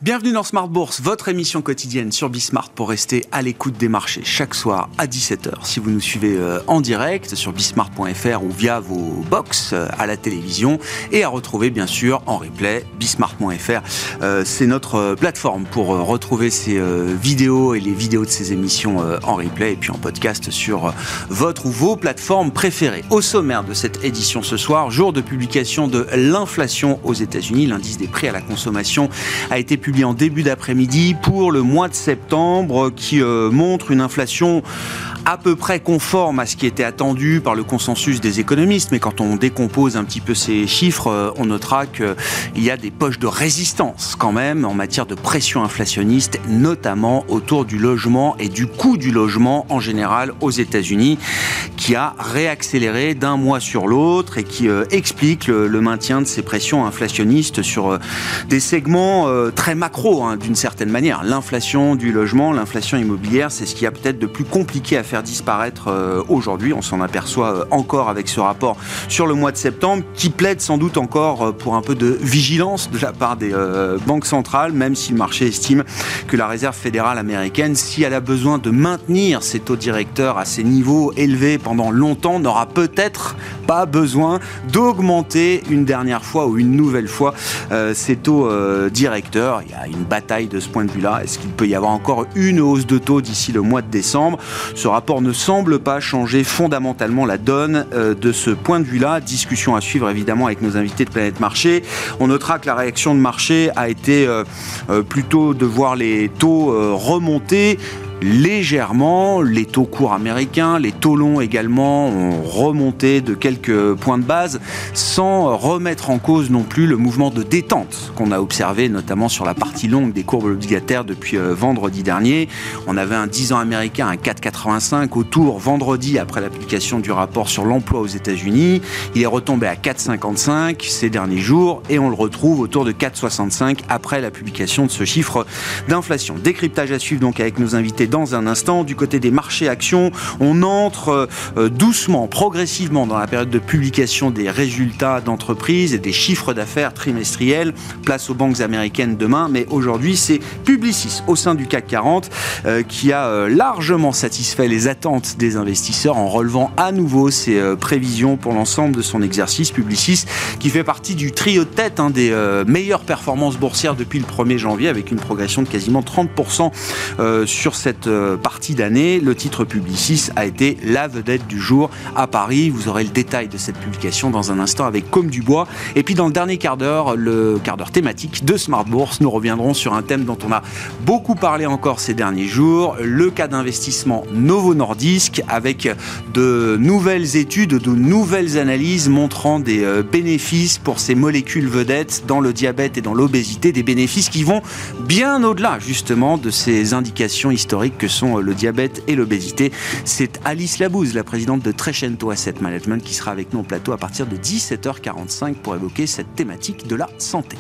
Bienvenue dans Smart Bourse, votre émission quotidienne sur Bismart pour rester à l'écoute des marchés chaque soir à 17h. Si vous nous suivez en direct sur bismart.fr ou via vos box à la télévision et à retrouver bien sûr en replay bismart.fr. C'est notre plateforme pour retrouver ces vidéos et les vidéos de ces émissions en replay et puis en podcast sur votre ou vos plateformes préférées. Au sommaire de cette édition ce soir, jour de publication de l'inflation aux États-Unis. L'indice des prix à la consommation a été publié en début d'après-midi pour le mois de septembre qui montre une inflation à peu près conforme à ce qui était attendu par le consensus des économistes. Mais quand on décompose un petit peu ces chiffres, on notera qu'il y a des poches de résistance quand même en matière de pression inflationniste, notamment autour du logement et du coût du logement en général aux États-Unis, qui a réaccéléré d'un mois sur l'autre et qui explique le maintien de ces pressions inflationnistes sur des segments très macro d'une certaine manière. L'inflation du logement, l'inflation immobilière, c'est ce qui a peut-être de plus compliqué à faire disparaître aujourd'hui. On s'en aperçoit encore avec ce rapport sur le mois de septembre qui plaide sans doute encore pour un peu de vigilance de la part des banques centrales, même si le marché estime que la Réserve fédérale américaine, si elle a besoin de maintenir ses taux directeurs à ces niveaux élevés pendant longtemps, n'aura peut-être pas besoin d'augmenter une dernière fois ou une nouvelle fois ces taux directeurs. Il y a une bataille de ce point de vue-là. Est-ce qu'il peut y avoir encore une hausse de taux d'ici le mois de décembre ? Ce rapport ne semble pas changer fondamentalement la donne de ce point de vue-là. Discussion à suivre évidemment avec nos invités de Planète Marché. On notera que la réaction de marché a été plutôt de voir les taux remonter légèrement, les taux courts américains, les taux longs également ont remonté de quelques points de base sans remettre en cause non plus le mouvement de détente qu'on a observé notamment sur la partie longue des courbes obligataires depuis vendredi dernier. On avait un 10 ans américain à 4,85 autour vendredi après la publication du rapport sur l'emploi aux États-Unis. Il est retombé à 4,55 ces derniers jours et on le retrouve autour de 4,65 après la publication de ce chiffre d'inflation. Décryptage à suivre donc avec nos invités dans un instant. Du côté des marchés actions, on entre doucement, progressivement dans la période de publication des résultats d'entreprise et des chiffres d'affaires trimestriels. Place aux banques américaines demain, mais aujourd'hui c'est Publicis au sein du CAC 40 qui a largement satisfait les attentes des investisseurs en relevant à nouveau ses prévisions pour l'ensemble de son exercice. Publicis qui fait partie du trio de tête des meilleures performances boursières depuis le 1er janvier avec une progression de quasiment 30% sur cette partie d'année. Le titre Publicis a été la vedette du jour à Paris. Vous aurez le détail de cette publication dans un instant avec Comme du Bois. Et puis dans le dernier quart d'heure, le quart d'heure thématique de Smart Bourse, nous reviendrons sur un thème dont on a beaucoup parlé encore ces derniers jours, le cas d'investissement Novo Nordisk avec de nouvelles études, de nouvelles analyses montrant des bénéfices pour ces molécules vedettes dans le diabète et dans l'obésité, des bénéfices qui vont bien au-delà justement de ces indications historiques que sont le diabète et l'obésité. C'est Alice Labouze, la présidente de Trecento Asset Management, qui sera avec nous au plateau à partir de 17h45 pour évoquer cette thématique de la santé.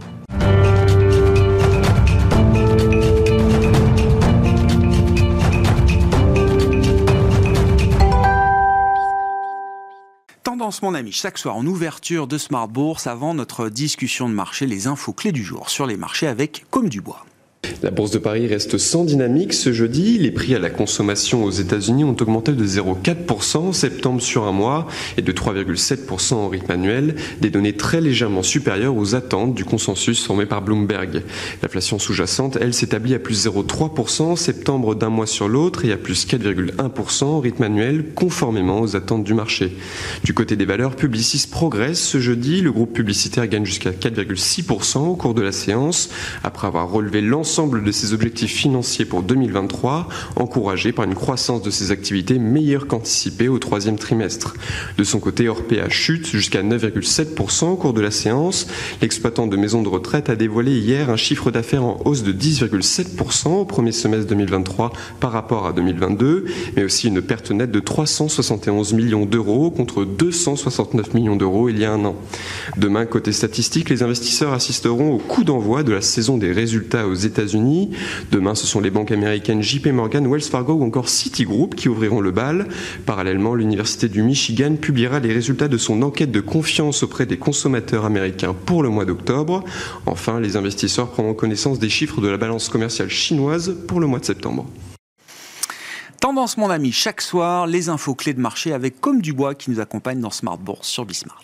Tendance, mon ami, chaque soir en ouverture de Smart Bourse, avant notre discussion de marché, les infos clés du jour sur les marchés avec Comme du Bois. La bourse de Paris reste sans dynamique ce jeudi. Les prix à la consommation aux États-Unis ont augmenté de 0,4% en septembre sur un mois et de 3,7% en rythme annuel, des données très légèrement supérieures aux attentes du consensus formé par Bloomberg. L'inflation sous-jacente, elle, s'établit à plus 0,3% en septembre d'un mois sur l'autre et à plus 4,1% en rythme annuel, conformément aux attentes du marché. Du côté des valeurs, Publicis progresse ce jeudi. Le groupe publicitaire gagne jusqu'à 4,6% au cours de la séance, après avoir relevé l'ensemble de ses objectifs financiers pour 2023, encouragé par une croissance de ses activités meilleure qu'anticipée au troisième trimestre. De son côté, Orpea chute jusqu'à 9,7% au cours de la séance. L'exploitant de maison de retraite a dévoilé hier un chiffre d'affaires en hausse de 10,7% au premier semestre 2023 par rapport à 2022, mais aussi une perte nette de 371 millions d'euros contre 269 millions d'euros il y a un an. Demain, côté statistique, les investisseurs assisteront au coup d'envoi de la saison des résultats aux États-Unis États-Unis. Demain, ce sont les banques américaines JP Morgan, Wells Fargo ou encore Citigroup qui ouvriront le bal. Parallèlement, l'Université du Michigan publiera les résultats de son enquête de confiance auprès des consommateurs américains pour le mois d'octobre. Enfin, les investisseurs prendront connaissance des chiffres de la balance commerciale chinoise pour le mois de septembre. Tendance, mon ami, chaque soir, les infos clés de marché avec Comme Dubois qui nous accompagne dans Smart Bourse sur Bismart.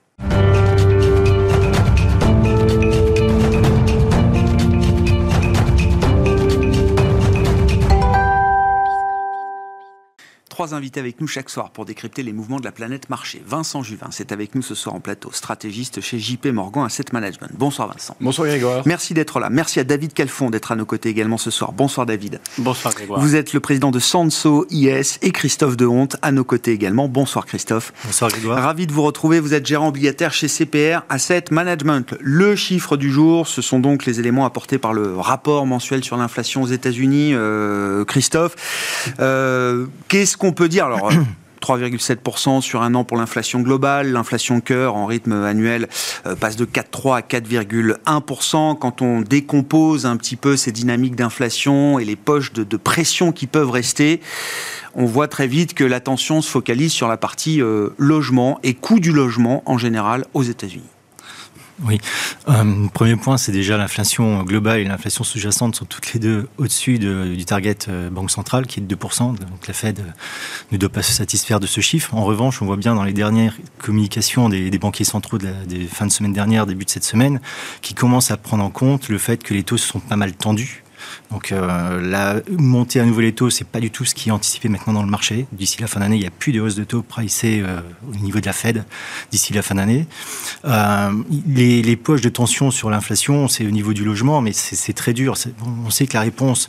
Trois invités avec nous chaque soir pour décrypter les mouvements de la planète marché. Vincent Juvin, c'est avec nous ce soir en plateau, stratégiste chez JP Morgan Asset Management. Bonsoir Vincent. Bonsoir Grégoire. Merci d'être là. Merci à David Calfon d'être à nos côtés également ce soir. Bonsoir David. Bonsoir Grégoire. Vous êtes le président de Sanso IS et Christophe Dehonte à nos côtés également. Bonsoir Christophe. Bonsoir Grégoire. Ravi de vous retrouver. Vous êtes gérant obligataire chez CPR Asset Management. Le chiffre du jour, ce sont donc les éléments apportés par le rapport mensuel sur l'inflation aux États-Unis. Christophe, qu'est-ce qu'on peut dire alors 3,7% sur un an pour l'inflation globale. L'inflation cœur en rythme annuel passe de 4,3 à 4,1%. Quand on décompose un petit peu ces dynamiques d'inflation et les poches de pression qui peuvent rester, on voit très vite que l'attention se focalise sur la partie logement et coût du logement en général aux États-Unis. Oui. Premier point, c'est déjà l'inflation globale et l'inflation sous-jacente sont toutes les deux au-dessus du target Banque centrale qui est de 2%. Donc la Fed ne doit pas se satisfaire de ce chiffre. En revanche, on voit bien dans les dernières communications des banquiers centraux des fins de semaine dernière, début de cette semaine, qui commencent à prendre en compte le fait que les taux se sont pas mal tendus. Donc la montée à nouveau des taux, c'est pas du tout ce qui est anticipé maintenant dans le marché. D'ici la fin d'année, il n'y a plus de hausse de taux pricées au niveau de la Fed d'ici la fin d'année. Les poches de tension sur l'inflation, c'est au niveau du logement, mais c'est très dur. On sait que la réponse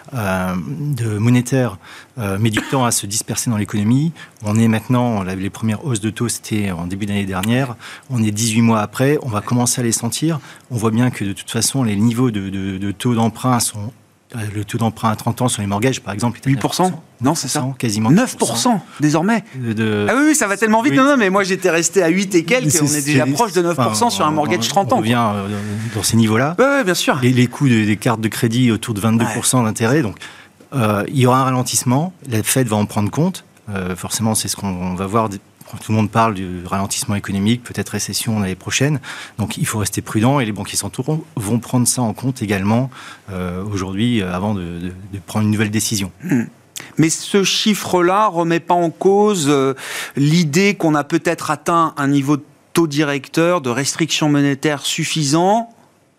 monétaire met du temps à se disperser dans l'économie. On est maintenant, les premières hausses de taux, c'était en début d'année dernière. On est 18 mois après, on va commencer à les sentir. On voit bien que de toute façon, les niveaux de taux d'emprunt sont... Le taux d'emprunt à 30 ans sur les mortgages, par exemple, est à 8%. Non, c'est ça. Quasiment 9% désormais. Ah oui, ça va tellement vite. Oui. Non, mais moi j'étais resté à 8 et quelques. On est déjà proche de 9% sur un mortgage 30 ans. On revient dans ces niveaux-là. Oui, bien sûr. Les coûts des cartes de crédit autour de 22% d'intérêt. Donc, il y aura un ralentissement. La Fed va en prendre compte. Forcément, c'est ce qu'on va voir. Tout le monde parle du ralentissement économique, peut-être récession l'année prochaine. Donc il faut rester prudent et les banquiers centraux vont prendre ça en compte également aujourd'hui avant de prendre une nouvelle décision. Mais ce chiffre-là ne remet pas en cause l'idée qu'on a peut-être atteint un niveau de taux directeur, de restriction monétaire suffisant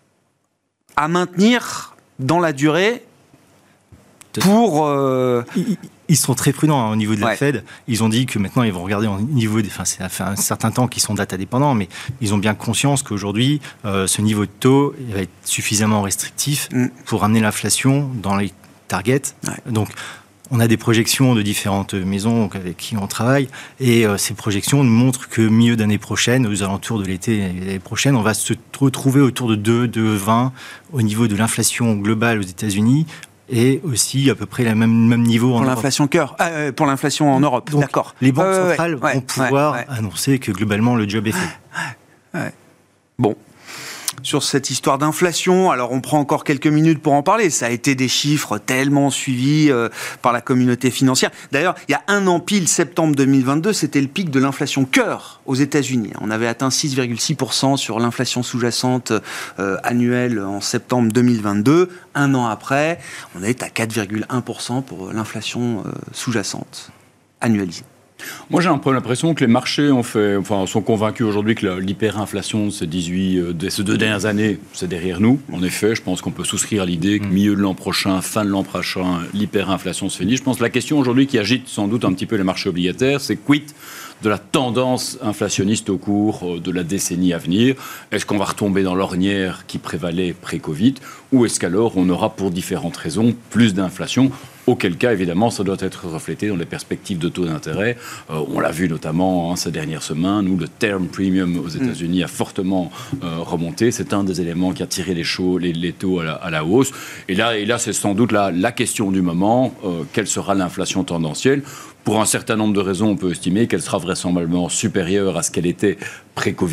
à maintenir dans la durée pour... Ils sont très prudents au niveau de la Fed. Ils ont dit que maintenant, ils vont regarder au niveau des... Enfin, ça fait un certain temps qu'ils sont data dépendants, mais ils ont bien conscience qu'aujourd'hui, ce niveau de taux va être suffisamment restrictif pour amener l'inflation dans les targets. Ouais. Donc, on a des projections de différentes maisons avec qui on travaille, et ces projections nous montrent que milieu d'année prochaine, aux alentours de l'été l'année prochaine, on va se retrouver autour de 2,20 au niveau de l'inflation globale aux États-Unis, et aussi à peu près le même niveau pour l'inflation cœur, pour l'inflation en Europe. Donc, d'accord. Les banques centrales vont pouvoir annoncer que globalement le job est fait. Bon. Sur cette histoire d'inflation, alors on prend encore quelques minutes pour en parler. Ça a été des chiffres tellement suivis par la communauté financière. D'ailleurs, il y a un an pile, septembre 2022, c'était le pic de l'inflation cœur aux États-Unis. On avait atteint 6,6% sur l'inflation sous-jacente annuelle en septembre 2022. Un an après, on est à 4,1% pour l'inflation sous-jacente annualisée. Moi, j'ai un peu l'impression que les marchés sont convaincus aujourd'hui que l'hyperinflation de ces 2 dernières années, c'est derrière nous. En effet, je pense qu'on peut souscrire à l'idée que milieu de l'an prochain, fin de l'an prochain, l'hyperinflation se finit. Je pense que la question aujourd'hui qui agite sans doute un petit peu les marchés obligataires, c'est quid de la tendance inflationniste au cours de la décennie à venir. Est-ce qu'on va retomber dans l'ornière qui prévalait pré-Covid, ou est-ce qu'alors on aura, pour différentes raisons, plus d'inflation ? Auquel cas, évidemment, ça doit être reflété dans les perspectives de taux d'intérêt. On l'a vu notamment ces dernières semaines, où le term premium aux États-Unis a fortement remonté. C'est un des éléments qui a tiré les taux à la hausse. Et là, c'est sans doute la question du moment. Quelle sera l'inflation tendancielle ? Pour un certain nombre de raisons, on peut estimer qu'elle sera vraisemblablement supérieure à ce qu'elle était pré-Covid,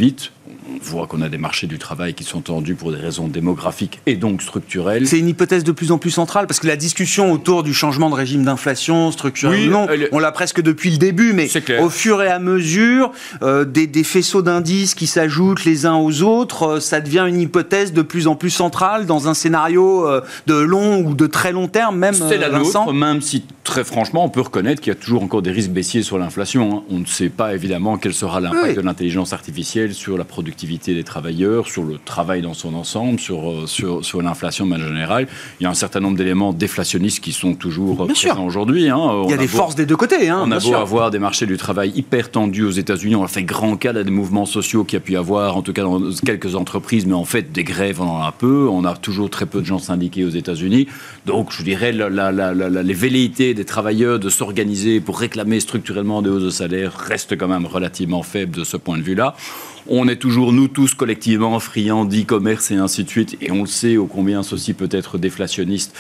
On voit qu'on a des marchés du travail qui sont tendus pour des raisons démographiques et donc structurelles. C'est une hypothèse de plus en plus centrale, parce que la discussion autour du changement de régime d'inflation structurelle, on l'a presque depuis le début, mais au fur et à mesure, des faisceaux d'indices qui s'ajoutent les uns aux autres, ça devient une hypothèse de plus en plus centrale dans un scénario de long ou de très long terme, même. C'est la nôtre, même si très franchement, on peut reconnaître qu'il y a toujours encore des risques baissiers sur l'inflation. On ne sait pas évidemment quel sera l'impact de l'intelligence artificielle sur la productivité des travailleurs, sur le travail dans son ensemble, sur l'inflation de manière générale. Il y a un certain nombre d'éléments déflationnistes qui sont toujours présents aujourd'hui. Il y a des forces des deux côtés. On a beau avoir des marchés du travail hyper tendus aux États-Unis. On a fait grand cas des mouvements sociaux qu'il y a pu y avoir, en tout cas dans quelques entreprises, mais en fait, des grèves, on en a peu. On a toujours très peu de gens syndiqués aux États-Unis. Donc, je dirais, les velléités des travailleurs de s'organiser pour réclamer structurellement des hausses de salaire restent quand même relativement faibles de ce point de vue-là. On est toujours, nous tous, collectivement, friands d'e-commerce et ainsi de suite, et on le sait, ô combien ceci peut être déflationniste,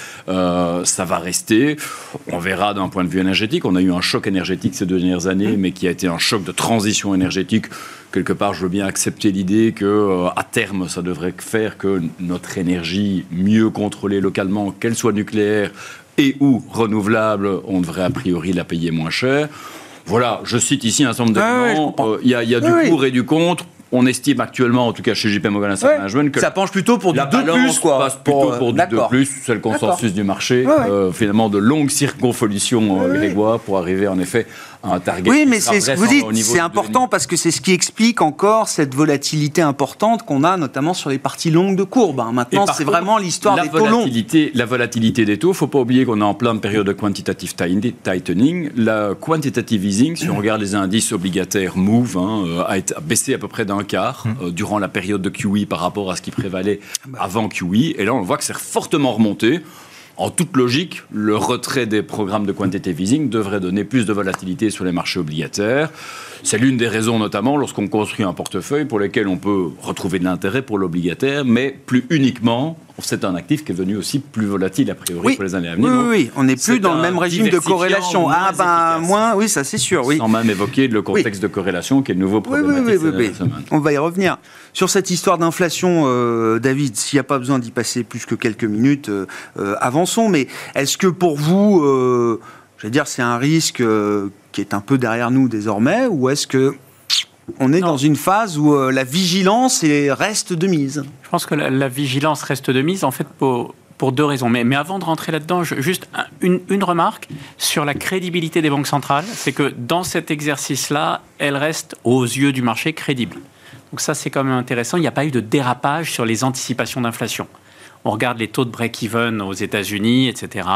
ça va rester. On verra d'un point de vue énergétique. On a eu un choc énergétique ces 2 dernières années, mais qui a été un choc de transition énergétique. Quelque part, je veux bien accepter l'idée que, à terme, ça devrait faire que notre énergie, mieux contrôlée localement, qu'elle soit nucléaire et ou renouvelable, on devrait a priori la payer moins cher. Voilà, je cite ici un certain nombre d'éléments. Il y a du pour et du contre. On estime actuellement, en tout cas chez JP Morgan Asset Management, que ça penche plutôt pour du 2+, quoi. Passe plutôt pour du 2+, c'est le consensus du marché. Finalement, de longues circonvolutions, Grégoire, pour arriver en effet à un target. Oui, mais c'est ce que vous dites, c'est important parce que c'est ce qui explique encore cette volatilité importante qu'on a, notamment sur les parties longues de courbe. Maintenant, c'est vraiment l'histoire des taux longs. La volatilité des taux, il ne faut pas oublier qu'on est en pleine période de quantitative tightening. La quantitative easing, si on regarde les indices obligataires Move, a baissé à peu près d'un quart durant la période de QE par rapport à ce qui prévalait avant QE. Et là, on voit que c'est fortement remonté. En toute logique, le retrait des programmes de quantitative easing devrait donner plus de volatilité sur les marchés obligataires. C'est l'une des raisons, notamment, lorsqu'on construit un portefeuille pour lequel on peut retrouver de l'intérêt pour l'obligataire, mais plus uniquement, c'est un actif qui est devenu aussi plus volatile, a priori, pour les années à venir. Oui, on n'est plus dans le même régime de corrélation. Moins, oui, ça c'est sûr. Oui. Sans même évoquer le contexte de corrélation qui est le nouveau problématique cette semaine. On va y revenir. Sur cette histoire d'inflation, David, s'il n'y a pas besoin d'y passer plus que quelques minutes, avançons. Mais est-ce que pour vous, je vais dire, c'est un risque qui est un peu derrière nous désormais, ou est-ce que on est dans une phase où la vigilance reste de mise? Je pense que la vigilance reste de mise, en fait, pour 2 raisons. Mais avant de rentrer là-dedans, juste une remarque sur la crédibilité des banques centrales. C'est que dans cet exercice-là, elles restent, aux yeux du marché, crédibles. Donc ça, c'est quand même intéressant. Il n'y a pas eu de dérapage sur les anticipations d'inflation. On regarde les taux de break-even aux États-Unis, etc.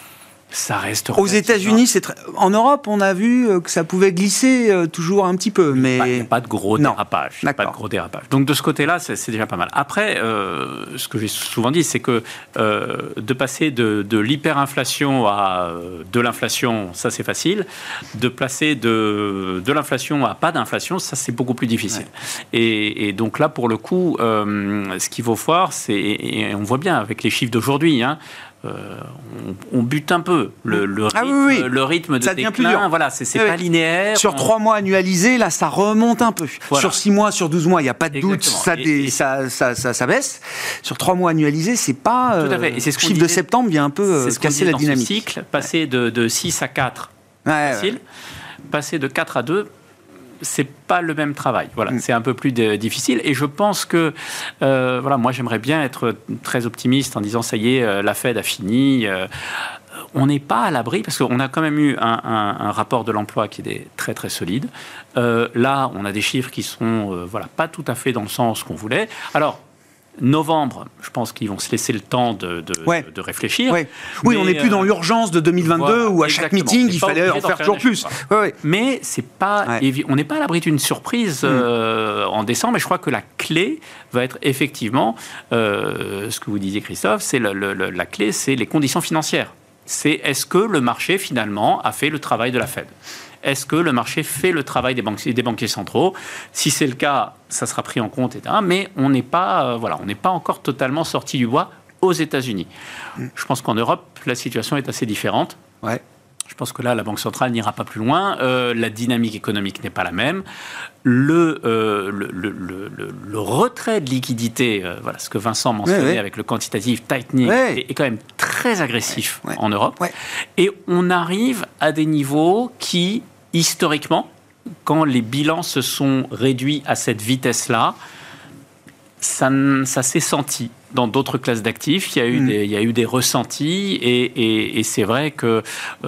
Ça reste aux États-Unis, en Europe, on a vu que ça pouvait glisser toujours un petit peu, mais il n'y a pas de gros dérapage. Pas de gros dérapage. Donc de ce côté-là, c'est déjà pas mal. Après, ce que j'ai souvent dit, c'est que de passer de l'hyperinflation à de l'inflation, ça c'est facile. De passer de l'inflation à pas d'inflation, ça c'est beaucoup plus difficile. Ouais. Et donc là, pour le coup, ce qu'il faut voir, et on voit bien avec les chiffres d'aujourd'hui, on bute un peu le rythme de ça devient plus dur. Voilà, c'est pas linéaire. Sur 3 mois annualisés, là, ça remonte un peu. Voilà. Sur 6 mois, sur 12 mois, il n'y a pas de doute, ça baisse. Sur 3 mois annualisés, c'est pas... Tout à fait. Et c'est ce le chiffre de septembre vient un peu casser la dynamique. Ce cycle, passer de 6 à 4, facile. Passer de 4 à 2, c'est pas le même travail. Voilà, c'est un peu plus difficile. Et je pense que, moi, j'aimerais bien être très optimiste en disant ça y est, la Fed a fini. On n'est pas à l'abri parce qu'on a quand même eu un rapport de l'emploi qui est très très solide. Là, on a des chiffres qui sont pas tout à fait dans le sens qu'on voulait. Alors, novembre, je pense qu'ils vont se laisser le temps de réfléchir. Ouais. Oui, on n'est plus dans l'urgence de 2022 où à chaque meeting, il fallait en faire toujours plus. Mais c'est pas on n'est pas à l'abri d'une surprise en décembre. Et je crois que la clé va être effectivement, ce que vous disiez Christophe, c'est la clé, c'est les conditions financières. C'est est-ce que le marché finalement a fait le travail de la Fed ? Est-ce que le marché fait le travail des banquiers centraux ? Si c'est le cas, ça sera pris en compte, etc. Mais on n'est pas, on n'est pas encore totalement sorti du bois aux États-Unis. Je pense qu'en Europe, la situation est assez différente. Ouais. Je pense que là, la Banque centrale n'ira pas plus loin. La dynamique économique n'est pas la même. Le retrait de liquidité, voilà ce que Vincent mentionnait avec le quantitative tightening, est quand même très agressif en Europe. Et on arrive à des niveaux qui, historiquement, quand les bilans se sont réduits à cette vitesse-là, ça s'est senti dans d'autres classes d'actifs. Il y a eu des ressentis et c'est vrai que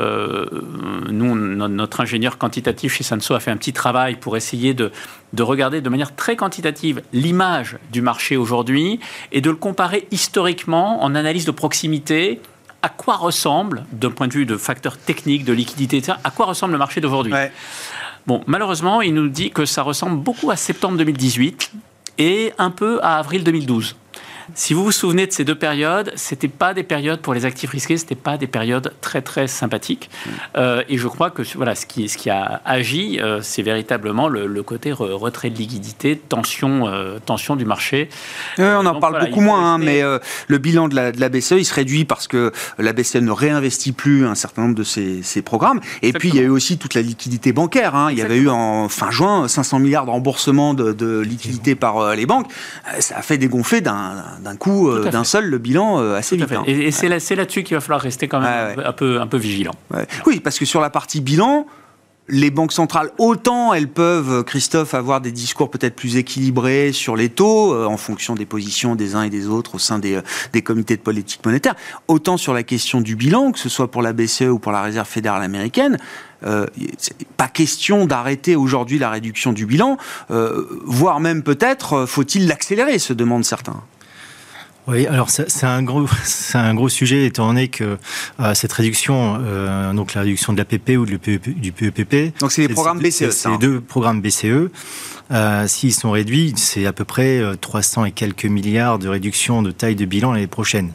nous, notre ingénieur quantitatif chez Sansot a fait un petit travail pour essayer de regarder de manière très quantitative l'image du marché aujourd'hui et de le comparer historiquement en analyse de proximité. À quoi ressemble, d'un point de vue de facteurs techniques, de liquidité, etc., à quoi ressemble le marché d'aujourd'hui ? Bon, malheureusement, il nous dit que ça ressemble beaucoup à septembre 2018 et un peu à avril 2012. Si vous vous souvenez de ces deux périodes, c'était pas des périodes pour les actifs risqués, c'était pas des périodes très très sympathiques. Et je crois que voilà, ce qui a agi, c'est véritablement le côté retrait de liquidité, tension du marché. On en parle beaucoup moins, mais le bilan de la BCE, il se réduit parce que la BCE ne réinvestit plus un certain nombre de ses programmes. Et Exactement. Puis il y a eu aussi toute la liquidité bancaire. Il y avait eu en fin juin 500 milliards de remboursements de liquidités par les banques. Ça a fait dégonfler d'un coup, d'un seul, le bilan assez vite. Et c'est là-dessus qu'il va falloir rester quand même un peu vigilant. Oui, parce que sur la partie bilan, les banques centrales, autant elles peuvent, Christophe, avoir des discours peut-être plus équilibrés sur les taux, en fonction des positions des uns et des autres au sein des comités de politique monétaire, autant sur la question du bilan, que ce soit pour la BCE ou pour la Réserve fédérale américaine, c'est pas question d'arrêter aujourd'hui la réduction du bilan, voire même peut-être faut-il l'accélérer, se demandent certains. Oui, alors c'est un gros sujet étant donné que cette réduction, donc la réduction de l'APP ou du PEPP. Donc c'est les programmes BCE. C'est les deux programmes BCE. S'ils sont réduits, c'est à peu près 300 et quelques milliards de réduction de taille de bilan l'année prochaine.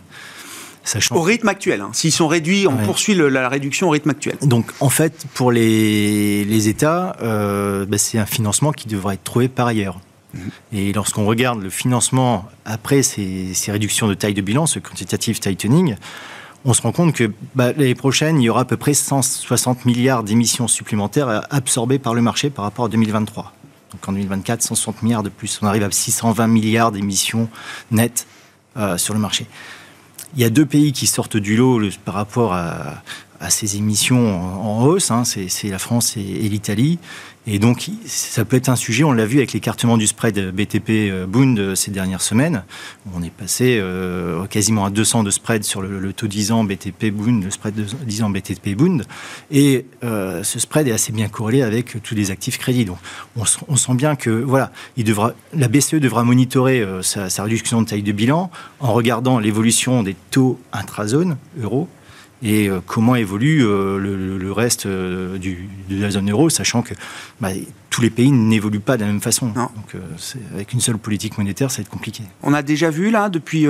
Au rythme actuel. S'ils sont réduits, on poursuit la réduction au rythme actuel. Donc en fait, pour les États, c'est un financement qui devra être trouvé par ailleurs. Et lorsqu'on regarde le financement après ces réductions de taille de bilan, ce quantitative tightening, on se rend compte que l'année prochaine, il y aura à peu près 160 milliards d'émissions supplémentaires absorbées par le marché par rapport à 2023. Donc en 2024, 160 milliards de plus. On arrive à 620 milliards d'émissions nettes sur le marché. Il y a deux pays qui sortent du lot par rapport à ces émissions en hausse, c'est la France et l'Italie. Et donc, ça peut être un sujet, on l'a vu avec l'écartement du spread BTP-Bund ces dernières semaines. On est passé quasiment à 200 de spread sur le taux 10 ans BTP-Bund, le spread de 10 ans BTP-Bund. Et ce spread est assez bien corrélé avec tous les actifs crédits. Donc, on sent bien que voilà, la BCE devra monitorer sa réduction de taille de bilan en regardant l'évolution des taux intra-zone euro et comment évolue le reste de la zone euro, sachant que tous les pays n'évoluent pas de la même façon. Non. Donc, avec une seule politique monétaire, ça va être compliqué. On a déjà vu, là, depuis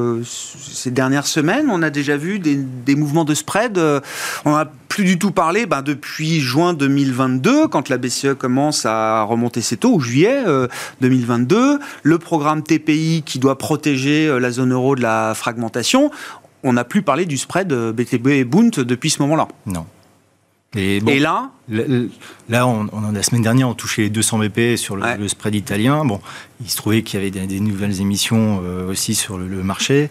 ces dernières semaines, on a déjà vu des mouvements de spread. On n'a plus du tout parlé depuis juin 2022, quand la BCE commence à remonter ses taux, ou juillet 2022. Le programme TPI qui doit protéger la zone euro de la fragmentation. On n'a plus parlé du spread BTP et Bund depuis ce moment-là. Non. Et là, la semaine dernière, on touchait les 200 BP sur le spread italien. Bon, il se trouvait qu'il y avait des nouvelles émissions aussi sur le marché.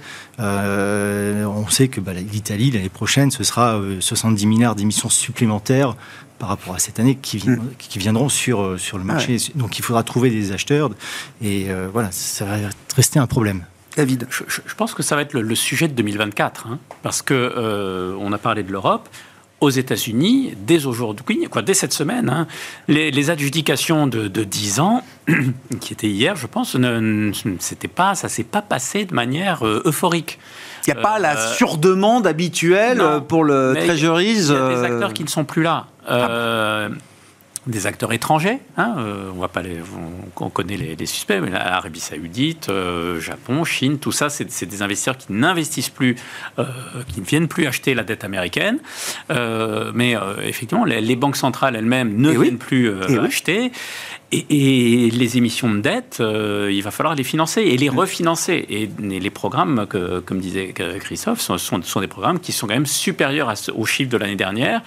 On sait que l'Italie, l'année prochaine, ce sera 70 milliards d'émissions supplémentaires par rapport à cette année qui viendront sur le marché. Ouais. Donc, il faudra trouver des acheteurs. Et ça va rester un problème. David, je pense que ça va être le sujet de 2024, parce que on a parlé de l'Europe. Aux États-Unis, dès aujourd'hui, dès cette semaine, les adjudications de 10 ans, qui étaient hier, je pense, ça ne s'est pas passé de manière euphorique. Il n'y a pas la surdemande habituelle pour le Treasuries. Il y a des acteurs qui ne sont plus là. des acteurs étrangers, on connaît les suspects, mais l'Arabie Saoudite, Japon, Chine, tout ça, c'est des investisseurs qui n'investissent plus, qui ne viennent plus acheter la dette américaine, mais effectivement, les banques centrales elles-mêmes ne viennent plus acheter. Et les émissions de dette, il va falloir les financer et les refinancer. Et les programmes, comme disait Christophe, sont des programmes qui sont quand même supérieurs aux chiffres de l'année dernière.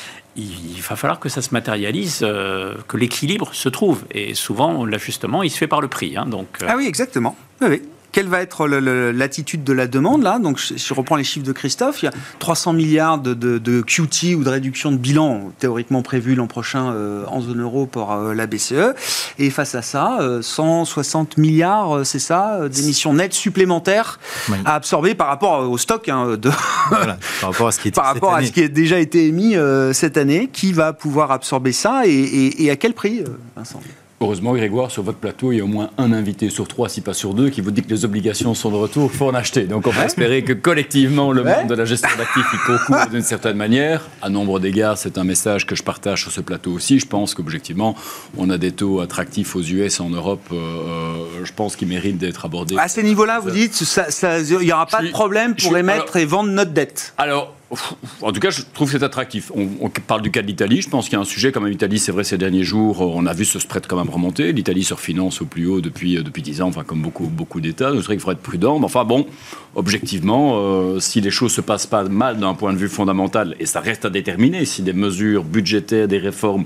Il va falloir que ça se matérialise, que l'équilibre se trouve. Et souvent, l'ajustement, il se fait par le prix. Ah oui, exactement. Oui. Quelle va être l'attitude de la demande, là? Donc, si je reprends les chiffres de Christophe, il y a 300 milliards de QT ou de réduction de bilan théoriquement prévu l'an prochain en zone euro par la BCE. Et face à ça, 160 milliards, c'est ça, d'émissions nettes supplémentaires à absorber par rapport au stock par rapport à ce qui a déjà été émis cette année. Qui va pouvoir absorber ça et à quel prix, Vincent? Heureusement, Grégoire, sur votre plateau, il y a au moins un invité sur 3, si pas sur 2, qui vous dit que les obligations sont de retour, il faut en acheter. Donc on va espérer que collectivement, le monde de la gestion d'actifs y concourt d'une certaine manière. À nombre d'égards, c'est un message que je partage sur ce plateau aussi. Je pense qu'objectivement, on a des taux attractifs aux US et en Europe, je pense qu'ils méritent d'être abordés. À ces niveaux-là, vous dites, il n'y aura pas de problème pour émettre et vendre notre dette? Alors, en tout cas, je trouve que c'est attractif. On parle du cas de l'Italie. Je pense qu'il y a un sujet, comme l'Italie, c'est vrai, ces derniers jours, on a vu ce spread quand même remonter. L'Italie se refinance au plus haut depuis 10 ans, comme beaucoup d'États. Donc, c'est vrai qu'il faudrait être prudent. Mais enfin, bon, objectivement, si les choses se passent pas mal d'un point de vue fondamental, et ça reste à déterminer, si des mesures budgétaires, des réformes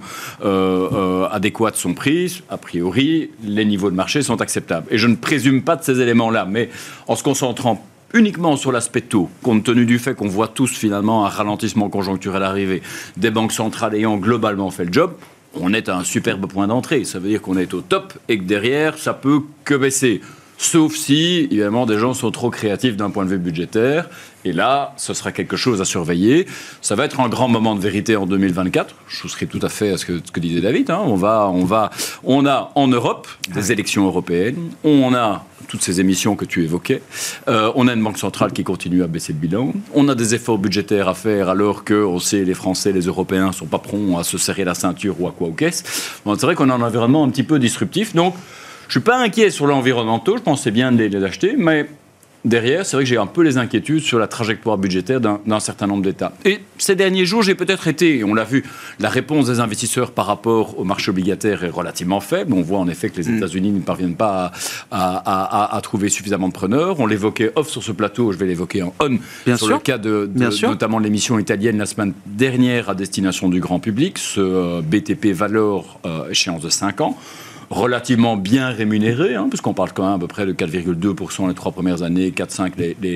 adéquates sont prises, a priori, les niveaux de marché sont acceptables. Et je ne présume pas de ces éléments-là, mais en se concentrant uniquement sur l'aspect taux, compte tenu du fait qu'on voit tous finalement un ralentissement conjoncturel arriver, des banques centrales ayant globalement fait le job, on est à un superbe point d'entrée. Ça veut dire qu'on est au top et que derrière, ça peut que baisser. Sauf si, évidemment, des gens sont trop créatifs d'un point de vue budgétaire. Et là, ce sera quelque chose à surveiller. Ça va être un grand moment de vérité en 2024. Je souscris tout à fait à ce que disait David. On a en Europe des élections européennes. On a toutes ces émissions que tu évoquais. On a une banque centrale qui continue à baisser le bilan. On a des efforts budgétaires à faire alors que, on sait, les Français, les Européens ne sont pas prompts à se serrer la ceinture ou à quoi aux caisses. Bon, c'est vrai qu'on a un environnement un petit peu disruptif. Donc, je ne suis pas inquiet sur l'environnemental. Je pense que c'est bien de les acheter. Mais derrière, c'est vrai que j'ai un peu les inquiétudes sur la trajectoire budgétaire d'un certain nombre d'États. Et ces derniers jours, j'ai peut-être été, on l'a vu, la réponse des investisseurs par rapport au marché obligataire est relativement faible. On voit en effet que les États-Unis ne parviennent pas à trouver suffisamment de preneurs. On l'évoquait off sur ce plateau, je vais l'évoquer en on, le cas de notamment l'émission italienne la semaine dernière à destination du grand public, ce BTP Valor échéance de 5 ans. Relativement bien rémunéré, puisqu'on parle quand même à peu près de 4,2% les 3 premières années, 4,5%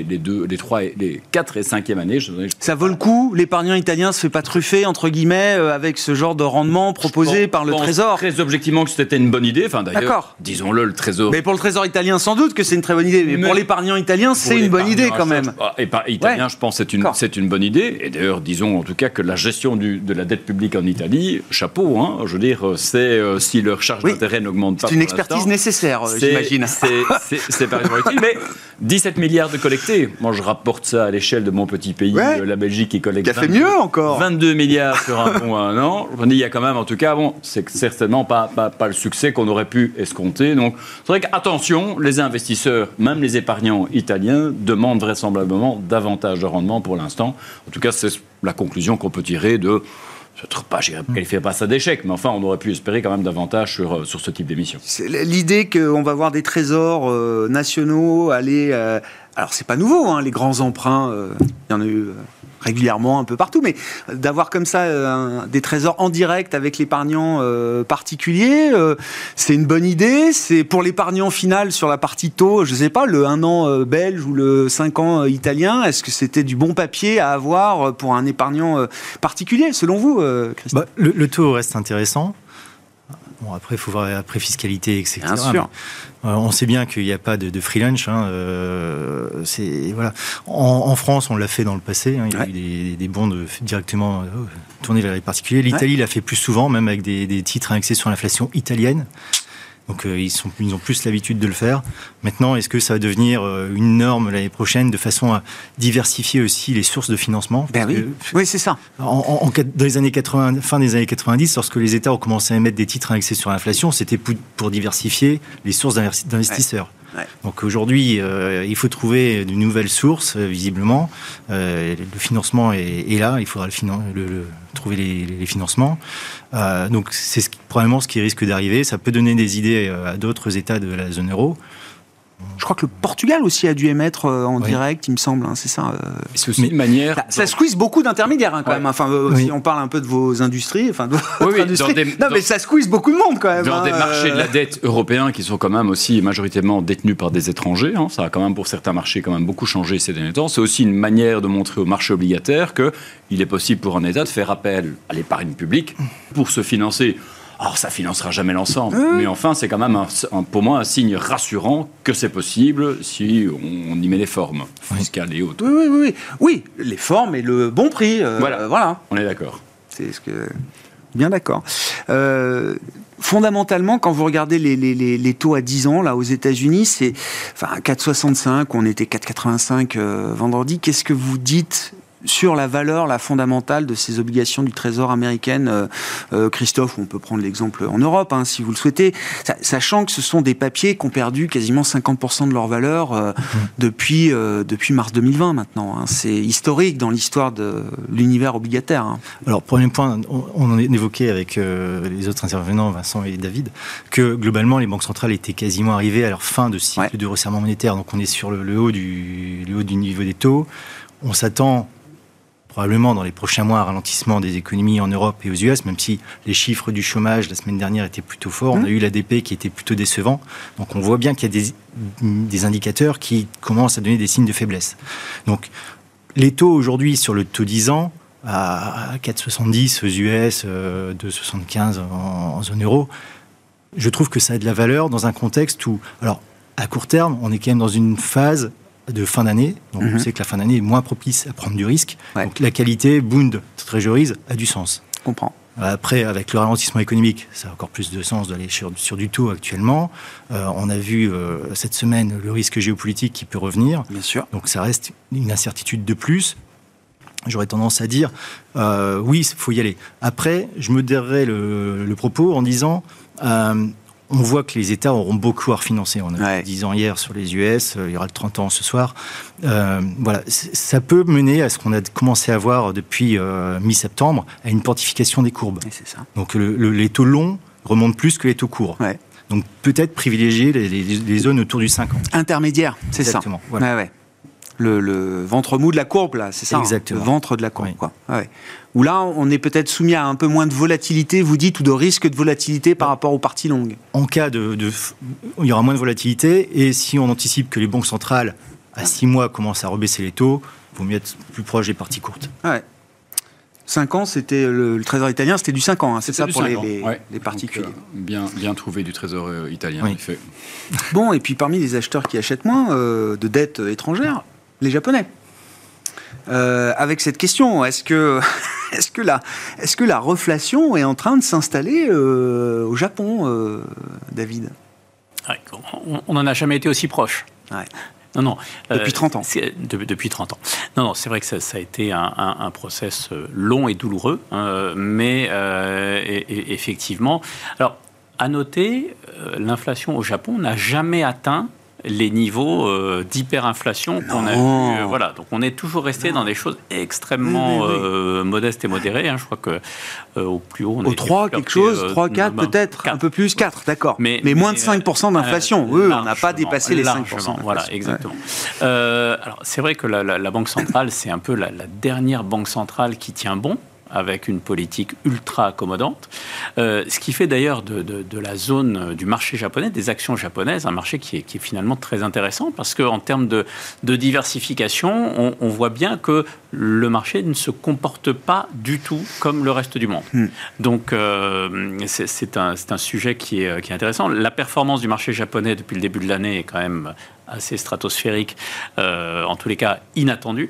les 4 et 5e années. Ça vaut le coup? L'épargnant italien se fait pas truffer, entre guillemets, avec ce genre de rendement proposé par le Trésor? Très objectivement que c'était une bonne idée. Enfin, d'ailleurs, disons-le, le Trésor... Mais pour le Trésor italien, sans doute que c'est une très bonne idée. Mais pour l'épargnant italien, c'est une bonne idée quand même. Italien, je pense que c'est une bonne idée. Et d'ailleurs, disons en tout cas que la gestion de la dette publique en Italie, chapeau, je veux dire, c'est si leur charge d'intérêt n'augmente pas. C'est une expertise nécessaire, j'imagine. C'est pas utile, mais 17 milliards de collectés. Moi, je rapporte ça à l'échelle de mon petit pays, la Belgique, qui collecte. Qui a fait mieux encore. 22 milliards sur un pont à un an. Je me dis, il y a quand même, en tout cas, c'est certainement pas le succès qu'on aurait pu escompter. Donc, c'est vrai qu'attention, les investisseurs, même les épargnants italiens, demandent vraisemblablement davantage de rendement pour l'instant. En tout cas, c'est la conclusion qu'on peut tirer de... Je ne trouve pas, je ne qualifierais pas ça d'échec, mais enfin, on aurait pu espérer quand même davantage sur ce type d'émission. C'est l'idée qu'on va voir des trésors nationaux aller... alors, c'est pas nouveau, les grands emprunts, il y en a eu... régulièrement un peu partout, mais d'avoir comme ça des trésors en direct avec l'épargnant particulier, c'est une bonne idée. C'est pour l'épargnant final sur la partie taux, je ne sais pas, le 1 an belge ou le 5 ans italien, est-ce que c'était du bon papier à avoir pour un épargnant particulier, selon vous, Christophe? Le taux reste intéressant. Bon, après, il faut voir après fiscalité, etc. Bien sûr. On sait bien qu'il n'y a pas de free lunch. Voilà. En France, on l'a fait dans le passé. Il y a eu des bons directement tournés vers les particuliers. L'Italie l'a fait plus souvent, même avec des titres indexés sur l'inflation italienne. Donc ils ont plus l'habitude de le faire. Maintenant, est-ce que ça va devenir une norme l'année prochaine de façon à diversifier aussi les sources de financement? Oui, c'est ça. Dans les années 80, fin des années 90, lorsque les États ont commencé à émettre des titres indexés sur l'inflation, c'était pour diversifier les sources d'investisseurs. Ouais. Donc aujourd'hui, il faut trouver de nouvelles sources, visiblement. Le financement est là, il faudra trouver les financements. Donc c'est probablement ce qui risque d'arriver. Ça peut donner des idées à d'autres États de la zone euro. Je crois que le Portugal aussi a dû émettre en direct, il me semble, c'est ça. C'est aussi une manière. Ça squeeze beaucoup d'intermédiaires quand même. Enfin, si on parle un peu de vos industries, mais ça squeeze beaucoup de monde quand même. Dans des marchés de la dette européens qui sont quand même aussi majoritairement détenus par des étrangers. Ça a quand même pour certains marchés quand même beaucoup changé ces derniers temps. C'est aussi une manière de montrer au marché obligataire qu'il est possible pour un État de faire appel à l'épargne publique pour se financer. Alors, ça ne financera jamais l'ensemble, mais enfin, c'est quand même pour moi un signe rassurant que c'est possible si on y met les formes fiscales et autres. Oui, les formes et le bon prix. Voilà. On est d'accord. C'est ce que... Bien d'accord. Fondamentalement, quand vous regardez les taux à 10 ans là aux États-Unis, c'est 4,65, on était 4,85 vendredi. Qu'est-ce que vous dites sur la valeur, la fondamentale de ces obligations du Trésor américaine, Christophe, on peut prendre l'exemple en Europe, si vous le souhaitez, sachant que ce sont des papiers qui ont perdu quasiment 50% de leur valeur depuis mars 2020 maintenant. C'est historique dans l'histoire de l'univers obligataire. Alors, premier point, on en évoquait avec les autres intervenants, Vincent et David, que globalement, les banques centrales étaient quasiment arrivées à leur fin de cycle de resserrement monétaire. Donc, on est sur le haut du niveau des taux. On s'attend probablement dans les prochains mois un ralentissement des économies en Europe et aux US, même si les chiffres du chômage la semaine dernière étaient plutôt forts. On a eu l'ADP qui était plutôt décevant. Donc on voit bien qu'il y a des indicateurs qui commencent à donner des signes de faiblesse. Donc les taux aujourd'hui sur le taux 10 ans, à 4,70 aux US, 2,75 en zone euro, je trouve que ça a de la valeur dans un contexte où, alors à court terme, on est quand même dans une phase de fin d'année, donc on sait que la fin d'année est moins propice à prendre du risque, donc la qualité Bund Treasuries a du sens. Je comprends. Après, avec le ralentissement économique, ça a encore plus de sens d'aller sur du taux actuellement. On a vu cette semaine le risque géopolitique qui peut revenir. Bien sûr. Donc ça reste une incertitude de plus. J'aurais tendance à dire, oui, il faut y aller. Après, je modérerai le propos en disant... on voit que les États auront beaucoup à refinancer. On a 10 ans hier sur les US, il y aura le 30 ans ce soir. Voilà, ça peut mener à ce qu'on a commencé à voir depuis mi-septembre, à une portification des courbes. Et c'est ça. Donc les taux longs remontent plus que les taux courts. Ouais. Donc peut-être privilégier les zones autour du 5 ans. Intermédiaire, c'est exactement, ça. Voilà. Le ventre mou de la courbe, là, c'est ça. Exactement. Le ventre de la courbe, quoi. Où là, on est peut-être soumis à un peu moins de volatilité, vous dites, ou de risque de volatilité par rapport aux parties longues. En cas il y aura moins de volatilité, et si on anticipe que les banques centrales, à 6 mois, commencent à rebaisser les taux, il vaut mieux être plus proche des parties courtes. 5 ans, c'était le Trésor italien, c'était du 5 ans, c'est ça pour les particuliers. Donc, bien trouvé du Trésor italien, en effet. Bon, et puis parmi les acheteurs qui achètent moins de dettes étrangères, les Japonais. Avec cette question, est-ce que la reflation est en train de s'installer au Japon, David ? On n'en a jamais été aussi proche. Non. Depuis 30 ans. Depuis 30 ans. Non, c'est vrai que ça a été un process long et douloureux, mais effectivement. Alors, à noter, l'inflation au Japon n'a jamais atteint les niveaux d'hyperinflation qu'on a vu. Voilà, donc on est toujours resté dans des choses extrêmement modestes et modérées. Je crois que au plus haut, on est 3 quelque chose, 3, 4 peut-être, 4. Un peu plus, 4, d'accord. Mais moins de 5% d'inflation. On n'a pas dépassé les 5%. Voilà, exactement. Alors c'est vrai que la Banque centrale, c'est un peu la dernière banque centrale qui tient bon, avec une politique ultra accommodante, ce qui fait d'ailleurs de la zone du marché japonais, des actions japonaises, un marché qui est finalement très intéressant, parce qu'en termes de diversification, on voit bien que le marché ne se comporte pas du tout comme le reste du monde. Donc c'est un sujet qui est intéressant. La performance du marché japonais depuis le début de l'année est quand même assez stratosphérique, en tous les cas inattendue.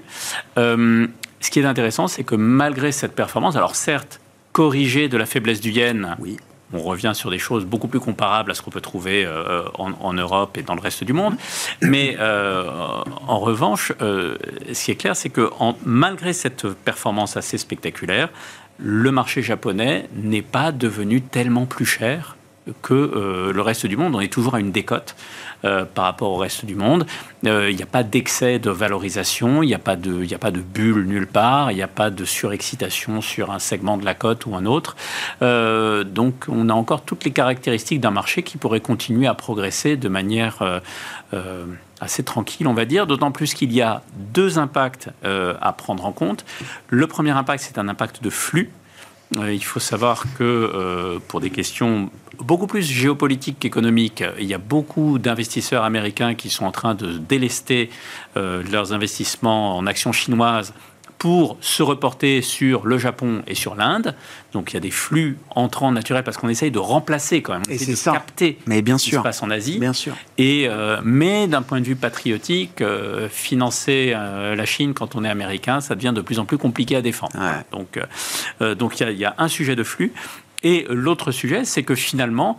Ce qui est intéressant, c'est que malgré cette performance, alors certes, corrigée de la faiblesse du yen, on revient sur des choses beaucoup plus comparables à ce qu'on peut trouver en Europe et dans le reste du monde. Mais en revanche, ce qui est clair, c'est que malgré cette performance assez spectaculaire, le marché japonais n'est pas devenu tellement plus cher que le reste du monde. On est toujours à une décote par rapport au reste du monde. Il n'y a pas d'excès de valorisation, il n'y a pas de bulle nulle part, il n'y a pas de surexcitation sur un segment de la cote ou un autre. Donc on a encore toutes les caractéristiques d'un marché qui pourrait continuer à progresser de manière assez tranquille, on va dire, d'autant plus qu'il y a deux impacts à prendre en compte. Le premier impact, c'est un impact de flux. Il faut savoir que pour des questions beaucoup plus géopolitiques qu'économiques, il y a beaucoup d'investisseurs américains qui sont en train de délester leurs investissements en actions chinoises pour se reporter sur le Japon et sur l'Inde. Donc il y a des flux entrants naturels parce qu'on essaye de remplacer quand même, on essaye de capter mais bien ce qui sûr. se passe en Asie. Bien sûr. Et, mais d'un point de vue patriotique, financer la Chine quand on est américain, ça devient de plus en plus compliqué à défendre. Ouais. Donc il y a un sujet de flux. Et l'autre sujet, c'est que finalement,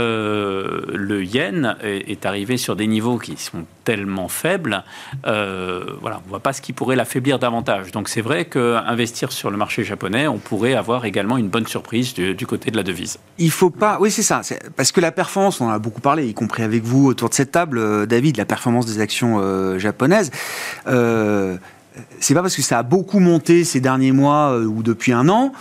le yen est arrivé sur des niveaux qui sont tellement faibles, voilà, on ne voit pas ce qui pourrait l'affaiblir davantage. Donc c'est vrai qu'investir sur le marché japonais, on pourrait avoir également une bonne surprise du côté de la devise. Il faut pas... Oui, c'est ça. Parce que la performance, on en a beaucoup parlé, y compris avec vous autour de cette table, David, la performance des actions japonaises... c'est pas parce que ça a beaucoup monté ces derniers mois ou depuis un an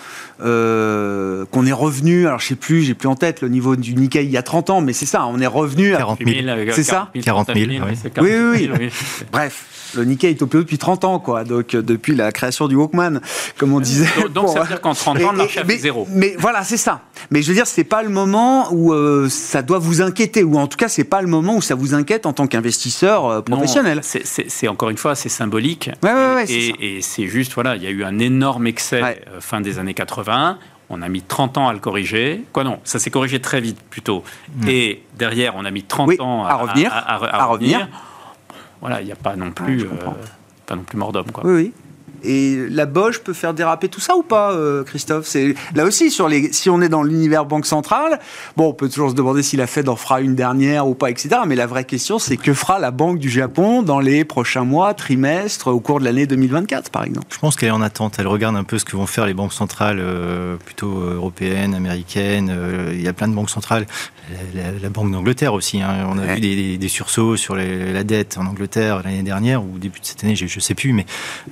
qu'on est revenu, alors je sais plus, j'ai plus en tête le niveau du Nikkei il y a 30 ans, mais c'est ça, on est revenu à 40 000. C'est ça 40 000, oui. Bref, le Nikkei est au plus haut depuis 30 ans, quoi. Donc depuis la création du Walkman, comme on disait. Donc ça veut dire qu'en 30 ans, le marché a fait zéro. Mais voilà, c'est ça. Mais je veux dire, c'est pas le moment où ça doit vous inquiéter, ou en tout cas, c'est pas le moment où ça vous inquiète en tant qu'investisseur professionnel. Non, c'est encore une fois, c'est symbolique. Ouais, et c'est juste, voilà, il y a eu un énorme excès fin des années 80. On a mis 30 ans à le corriger. Quoi non, ça s'est corrigé très vite plutôt. Et derrière, on a mis 30 ans à revenir. Voilà, il n'y a pas non plus, mort d'homme, quoi. Oui. Et la Bosch peut faire déraper tout ça ou pas, Christophe? C'est là aussi si on est dans l'univers banque centrale, bon, on peut toujours se demander si la Fed en fera une dernière ou pas, etc. Mais la vraie question, c'est que fera la Banque du Japon dans les prochains mois, trimestres, au cours de l'année 2024, par exemple? Je pense qu'elle est en attente. Elle regarde un peu ce que vont faire les banques centrales, plutôt européennes, américaines. Il y a plein de banques centrales. La Banque d'Angleterre aussi. Hein. On a vu des sursauts sur la dette en Angleterre l'année dernière ou au début de cette année, je ne sais plus, mais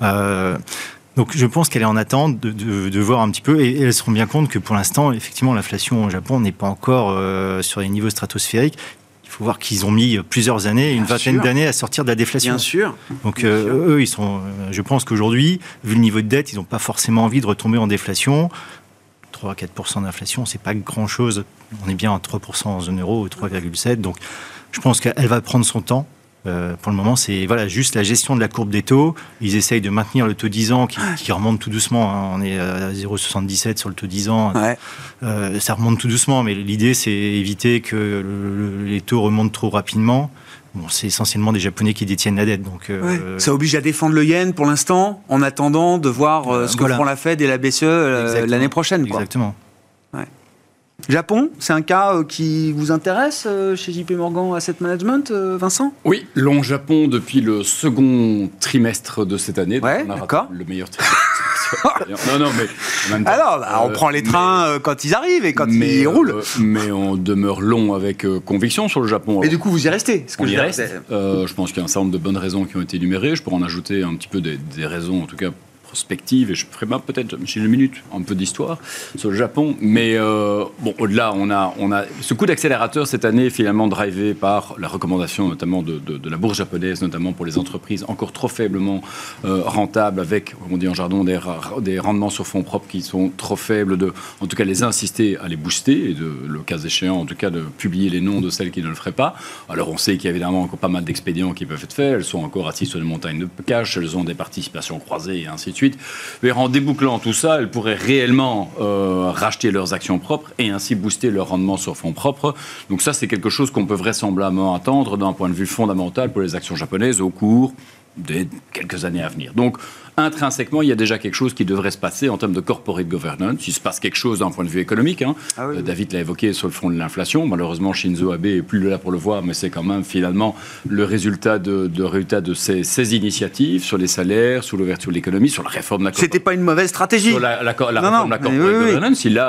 donc je pense qu'elle est en attente de voir un petit peu, et elles se rend bien compte que pour l'instant, effectivement, l'inflation au Japon n'est pas encore sur les niveaux stratosphériques. Il faut voir qu'ils ont mis plusieurs années, une vingtaine d'années à sortir de la déflation. Bien sûr. Donc eux, ils sont. Je pense qu'aujourd'hui, vu le niveau de dette, ils n'ont pas forcément envie de retomber en déflation. 3 à 4% d'inflation, c'est pas grand-chose. On est bien à 3% en zone euro, 3,7%. Donc je pense qu'elle va prendre son temps. Pour le moment, c'est juste la gestion de la courbe des taux. Ils essayent de maintenir le taux 10 ans qui remonte tout doucement. Hein. On est à 0,77 sur le taux 10 ans. Ouais. Ça remonte tout doucement, mais l'idée, c'est éviter que les taux remontent trop rapidement. Bon, c'est essentiellement des Japonais qui détiennent la dette. Donc, ça oblige à défendre le yen pour l'instant, en attendant de voir ce que feront la Fed et la BCE l'année prochaine. Quoi. Exactement. Ouais. Japon, c'est un cas qui vous intéresse chez JP Morgan Asset Management, Vincent? Oui, long Japon depuis le second trimestre de cette année. Ouais, on a d'accord. Le meilleur trimestre. non, mais en même temps, alors, on prend les trains quand ils arrivent et quand ils roulent. Mais on demeure long avec conviction sur le Japon. Et du coup, vous y restez? On y reste. Je pense qu'il y a un certain nombre de bonnes raisons qui ont été énumérées. Je pourrais en ajouter un petit peu des raisons, en tout cas prospective, et je ferai peut-être, chez une minute, un peu d'histoire sur le Japon. Mais au-delà, on a ce coup d'accélérateur cette année, finalement drivé par la recommandation notamment de la bourse japonaise, notamment pour les entreprises encore trop faiblement rentables, avec, comme on dit en jargon, des rendements sur fonds propres qui sont trop faibles, en tout cas les inciter à les booster, et le cas échéant, en tout cas, de publier les noms de celles qui ne le feraient pas. Alors on sait qu'il y a évidemment encore pas mal d'expédients qui peuvent être faits, elles sont encore assises sur des montagnes de cash, elles ont des participations croisées et ainsi de suite. Mais en débouclant tout ça, elles pourraient réellement racheter leurs actions propres et ainsi booster leur rendement sur fonds propres. Donc ça, c'est quelque chose qu'on peut vraisemblablement attendre d'un point de vue fondamental pour les actions japonaises au cours des quelques années à venir. Donc, intrinsèquement, il y a déjà quelque chose qui devrait se passer en termes de corporate governance. Il se passe quelque chose d'un point de vue économique. David l'a évoqué sur le front de l'inflation. Malheureusement, Shinzo Abe n'est plus là pour le voir, mais c'est quand même finalement le résultat de ces initiatives sur les salaires, sur l'ouverture de l'économie, sur la réforme de la C'était pas une mauvaise stratégie. Sur la réforme de la corporate governance, il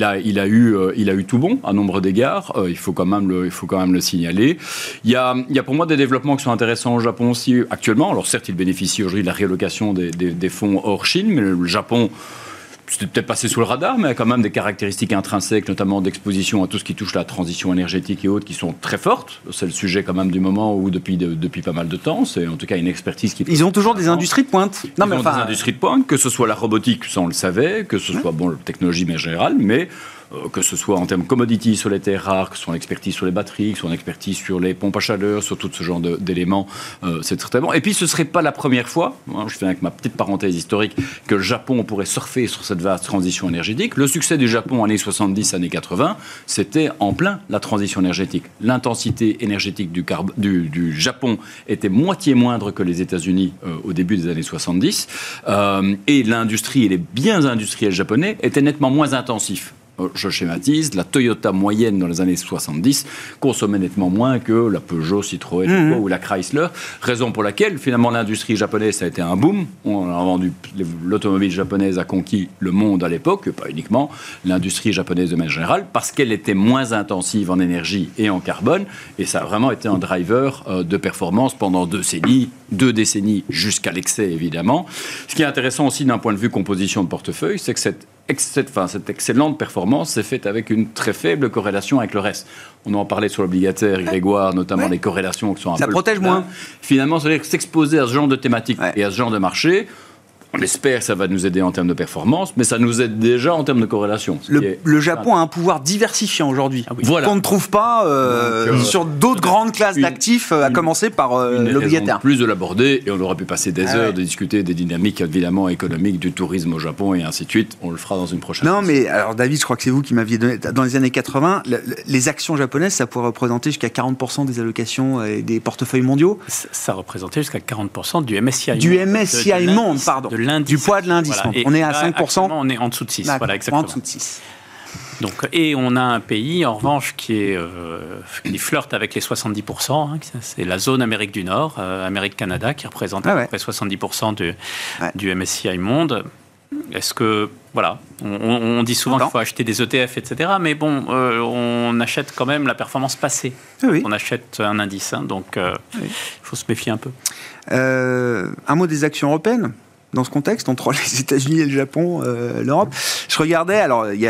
a eu tout bon à nombre d'égards. Il faut quand même le signaler. Il y a pour moi des développements qui sont intéressants au Japon aussi actuellement. Alors certes, il bénéficie aujourd'hui de la réallocation des fonds hors Chine, mais le Japon, c'était peut-être passé sous le radar, mais a quand même des caractéristiques intrinsèques, notamment d'exposition à tout ce qui touche la transition énergétique et autres, qui sont très fortes. C'est le sujet quand même du moment où depuis pas mal de temps, c'est en tout cas une expertise qui... Ils ont toujours des industries de pointe. Ils ont des industries de pointe, que ce soit la robotique, ça on le savait, que ce soit la technologie mais générale, mais... que ce soit en termes commodities sur les terres rares, que ce soit en expertise sur les batteries, que ce soit en expertise sur les pompes à chaleur, sur tout ce genre d'éléments, c'est très bon. Et puis ce ne serait pas la première fois, je fais avec ma petite parenthèse historique, que le Japon pourrait surfer sur cette vaste transition énergétique. Le succès du Japon années 70, années 80, c'était en plein la transition énergétique. L'intensité énergétique du Japon était moitié moindre que les États-Unis au début des années 70, et l'industrie et les biens industriels japonais étaient nettement moins intensifs. Je schématise, la Toyota moyenne dans les années 70 consommait nettement moins que la Peugeot, Citroën ou la Chrysler, raison pour laquelle finalement l'industrie japonaise ça a été un boom. On a vendu, l'automobile japonaise a conquis le monde à l'époque, pas uniquement l'industrie japonaise de manière générale, parce qu'elle était moins intensive en énergie et en carbone, et ça a vraiment été un driver de performance pendant 2 décennies jusqu'à l'excès évidemment. Ce qui est intéressant aussi d'un point de vue composition de portefeuille, c'est que cette excellente performance s'est faite avec une très faible corrélation avec le reste. On en parlait sur l'obligataire, Grégoire, notamment les corrélations qui sont un peu... Ça protège moins. Finalement, c'est-à-dire s'exposer à ce genre de thématiques et à ce genre de marché, on espère que ça va nous aider en termes de performance, mais ça nous aide déjà en termes de corrélation. Le Japon a un pouvoir diversifiant aujourd'hui, qu'on ne trouve pas sur d'autres grandes classes d'actifs, à commencer par l'obligataire. Plus de l'aborder, et on aurait pu passer des heures de discuter des dynamiques évidemment économiques du tourisme au Japon et ainsi de suite. On le fera dans une prochaine émission. Mais alors David, je crois que c'est vous qui m'aviez donné, dans les années 80, les actions japonaises, ça pourrait représenter jusqu'à 40% des allocations et des portefeuilles mondiaux. Ça représentait jusqu'à 40% du MSCI. Du MSCI Monde, pardon. Du poids de l'indice. Voilà. On est à 5%. On est en dessous de 6. Voilà, exactement. En dessous de 6. Donc, et on a un pays, en revanche, qui flirte avec les 70%. C'est la zone Amérique du Nord, Amérique-Canada, qui représente à peu près 70% du MSCI Monde. Est-ce que, voilà, on dit souvent qu'il faut acheter des ETF, etc. Mais bon, on achète quand même la performance passée. On achète un indice, donc il faut se méfier un peu. Un mot des actions européennes dans ce contexte, entre les États-Unis et le Japon, l'Europe. Je regardais, alors, il y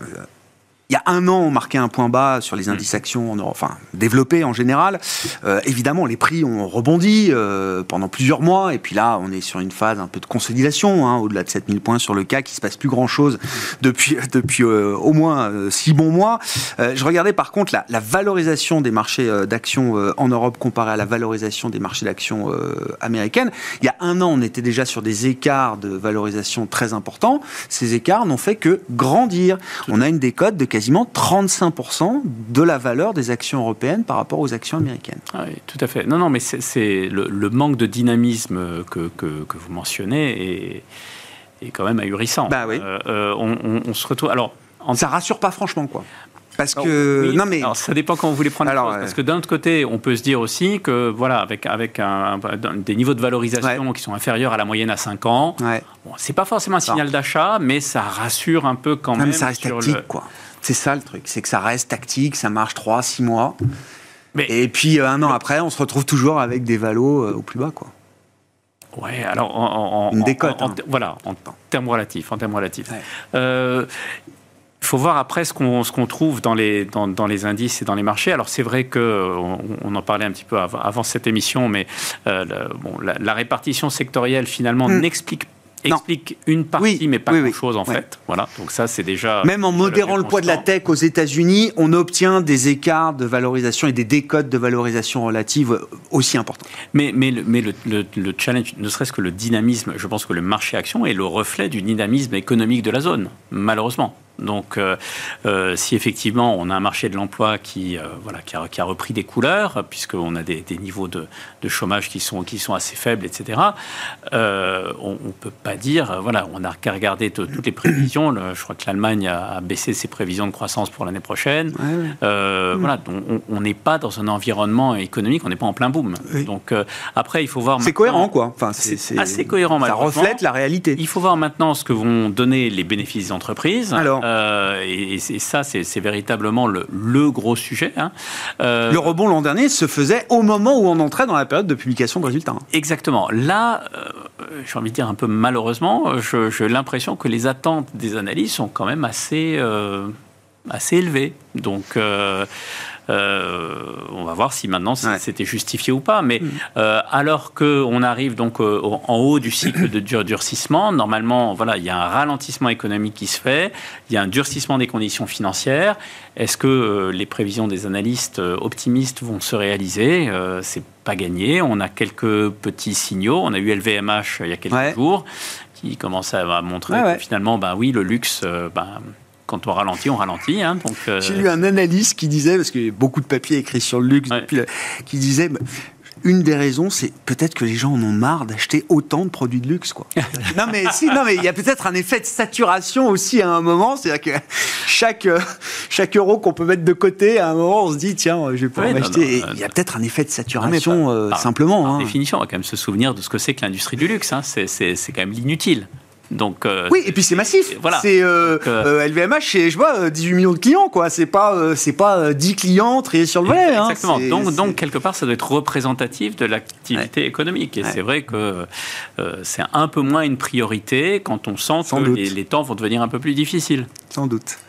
a un an, on marquait un point bas sur les indices actions, développés en général. Évidemment, les prix ont rebondi pendant plusieurs mois. Et puis là, on est sur une phase un peu de consolidation, au-delà de 7000 points sur le CAC. Il ne se passe plus grand-chose depuis au moins 6 bons mois. Je regardais par contre la valorisation des marchés d'actions en Europe comparée à la valorisation des marchés d'actions américaines. Il y a un an, on était déjà sur des écarts de valorisation très importants. Ces écarts n'ont fait que grandir. On a une décote de quasiment 35% de la valeur des actions européennes par rapport aux actions américaines. Oui, tout à fait. Non, mais c'est le manque de dynamisme que vous mentionnez est quand même ahurissant. On se retrouve... Alors, ça rassure pas franchement, quoi. Parce que... Non, mais... Alors, ça dépend quand vous voulez prendre les choses. Parce que d'un autre côté, on peut se dire aussi que, voilà, avec des niveaux de valorisation qui sont inférieurs à la moyenne à 5 ans, bon, c'est pas forcément un signal d'achat, mais ça rassure un peu quand même. Mais ça reste tactique, quoi. C'est ça le truc, c'est que ça reste tactique, ça marche 3-6 mois. Et puis, un an après, on se retrouve toujours avec des valos au plus bas, quoi. Ouais, alors... Une décote. Voilà, en termes relatifs. Il faut voir après ce qu'on trouve dans les indices et dans les marchés. Alors c'est vrai qu'on en parlait un petit peu avant cette émission, mais la répartition sectorielle finalement explique une partie, mais pas grand-chose en fait. Voilà, donc ça c'est déjà... Même en modérant le poids de la tech aux États-Unis, on obtient des écarts de valorisation et des décotes de valorisation relative aussi importants. Mais le challenge, ne serait-ce que le dynamisme, je pense que le marché action est le reflet du dynamisme économique de la zone, malheureusement. Donc, si effectivement on a un marché de l'emploi qui a repris des couleurs, puisqu'on a des niveaux de chômage qui sont assez faibles, etc., on ne peut pas dire, on n'a qu'à regarder toutes les prévisions. Je crois que l'Allemagne a baissé ses prévisions de croissance pour l'année prochaine. Donc on n'est pas dans un environnement économique, on n'est pas en plein boom. Oui. Donc après, il faut voir. C'est cohérent, quoi. Enfin, c'est assez cohérent. Ça reflète la réalité. Il faut voir maintenant ce que vont donner les bénéfices des entreprises. Alors. Et ça, c'est véritablement le gros sujet. Le rebond l'an dernier se faisait au moment où on entrait dans la période de publication de résultats. Exactement. Là, j'ai envie de dire un peu malheureusement, j'ai l'impression que les attentes des analystes sont quand même assez élevées. Donc, on va voir si maintenant c'était justifié ou pas. Mais alors qu'on arrive donc en haut du cycle de durcissement, normalement, il y a un ralentissement économique qui se fait, il y a un durcissement des conditions financières. Est-ce que les prévisions des analystes optimistes vont se réaliser ? C'est pas gagné. On a quelques petits signaux. On a eu LVMH il y a quelques jours qui commence à montrer que finalement, le luxe... quand on ralentit, on ralentit. Donc, J'ai lu un analyste qui disait, parce qu'il y a beaucoup de papiers écrits sur le luxe, qui disait... Une des raisons, c'est peut-être que les gens en ont marre d'acheter autant de produits de luxe, quoi. non, mais il y a peut-être un effet de saturation aussi à un moment. C'est-à-dire que chaque euro qu'on peut mettre de côté, à un moment, on se dit, tiens, je vais pouvoir m'acheter. Il y a peut-être un effet de saturation, simplement. Par définition, on va quand même se souvenir de ce que c'est que l'industrie du luxe. C'est quand même l'inutile. Donc, oui, et puis c'est massif. C'est LVMH, je vois 18 millions de clients, quoi. C'est pas 10 clients triés sur le volet. Exactement. Donc quelque part, ça doit être représentatif de l'activité économique. Et c'est vrai que c'est un peu moins une priorité quand on sent que les temps vont devenir un peu plus difficiles. Sans doute.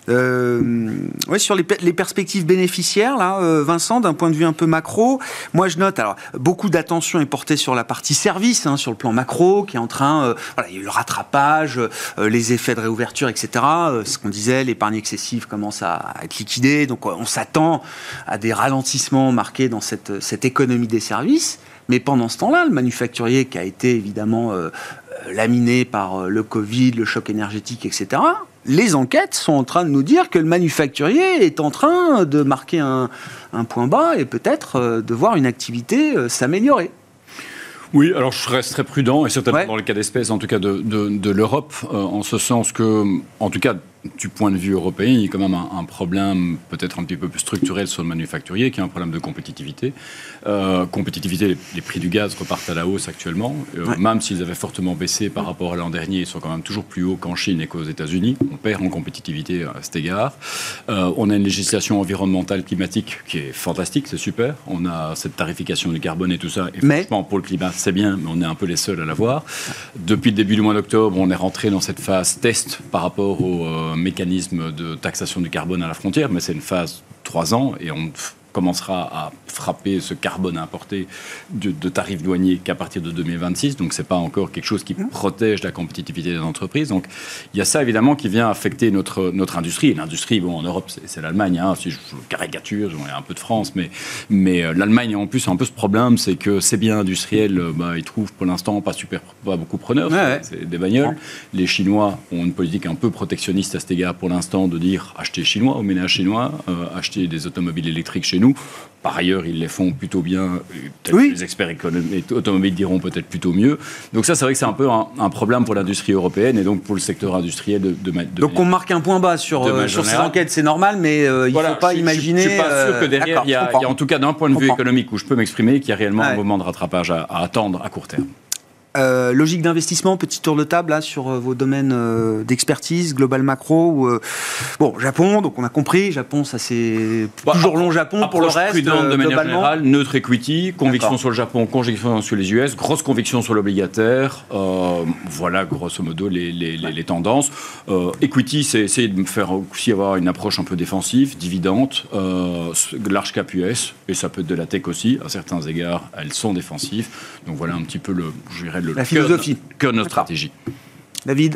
Sur les perspectives bénéficiaires, là, Vincent, d'un point de vue un peu macro, moi je note, alors beaucoup d'attention est portée sur la partie service, sur le plan macro, qui est en train, il y a eu le rattrapage, les effets de réouverture, etc. Ce qu'on disait, l'épargne excessive commence à être liquidée, donc on s'attend à des ralentissements marqués dans cette économie des services. Mais pendant ce temps-là, le manufacturier qui a été évidemment laminé par le Covid, le choc énergétique, etc., les enquêtes sont en train de nous dire que le manufacturier est en train de marquer un point bas et peut-être de voir une activité s'améliorer. Oui, alors je reste très prudent, et certainement dans le cas d'espèce, en tout cas de l'Europe, en ce sens que, en tout cas, du point de vue européen, il y a quand même un problème peut-être un petit peu plus structurel sur le manufacturier, qui est un problème de compétitivité. Les prix du gaz repartent à la hausse actuellement, même s'ils avaient fortement baissé par rapport à l'an dernier, ils sont quand même toujours plus hauts qu'en Chine et qu'aux États-Unis. On perd en compétitivité à cet égard. On a une législation environnementale climatique qui est fantastique, c'est super. On a cette tarification du carbone et tout ça. Et franchement, pour le climat, c'est bien, mais on est un peu les seuls à l'avoir. Depuis le début du mois d'octobre, on est rentré dans cette phase test par rapport au mécanisme de taxation du carbone à la frontière, mais c'est une phase 3 ans et on commencera à frapper ce carbone importé de tarifs douaniers qu'à partir de 2026. Donc, ce n'est pas encore quelque chose qui protège la compétitivité des entreprises. Donc, il y a ça, évidemment, qui vient affecter notre industrie. Et l'industrie, en Europe, c'est l'Allemagne. Si je caricature, il y a un peu de France. Mais l'Allemagne, en plus, a un peu ce problème. C'est que ces biens industriels, ils trouvent pour l'instant pas beaucoup preneurs. C'est des bagnoles. Les Chinois ont une politique un peu protectionniste à cet égard pour l'instant, de dire achetez chinois, aux ménages chinois, achetez des automobiles électriques chez nous. Par ailleurs, ils les font plutôt bien. Les experts automobiles diront peut-être plutôt mieux. Donc ça, c'est vrai que c'est un peu un problème pour l'industrie européenne et donc pour le secteur industriel donc on marque un point bas sur ces enquêtes, c'est normal, mais il ne faut pas imaginer... Je ne suis pas sûr que derrière, il y a en tout cas d'un point de vue économique où je peux m'exprimer, qu'il y a réellement un moment de rattrapage à attendre à court terme. Logique d'investissement, petit tour de table là, sur vos domaines d'expertise, global macro. Japon, donc on a compris, Japon, ça c'est toujours long Japon. Pour le reste, prudente de manière générale, neutre equity, conviction sur le Japon, conviction sur les US, grosse conviction sur l'obligataire. Voilà grosso modo les tendances. Equity, c'est essayer de faire aussi avoir une approche un peu défensive, dividende, large cap US, et ça peut être de la tech aussi. À certains égards, elles sont défensives. Donc voilà un petit peu la philosophie que notre stratégie. David ?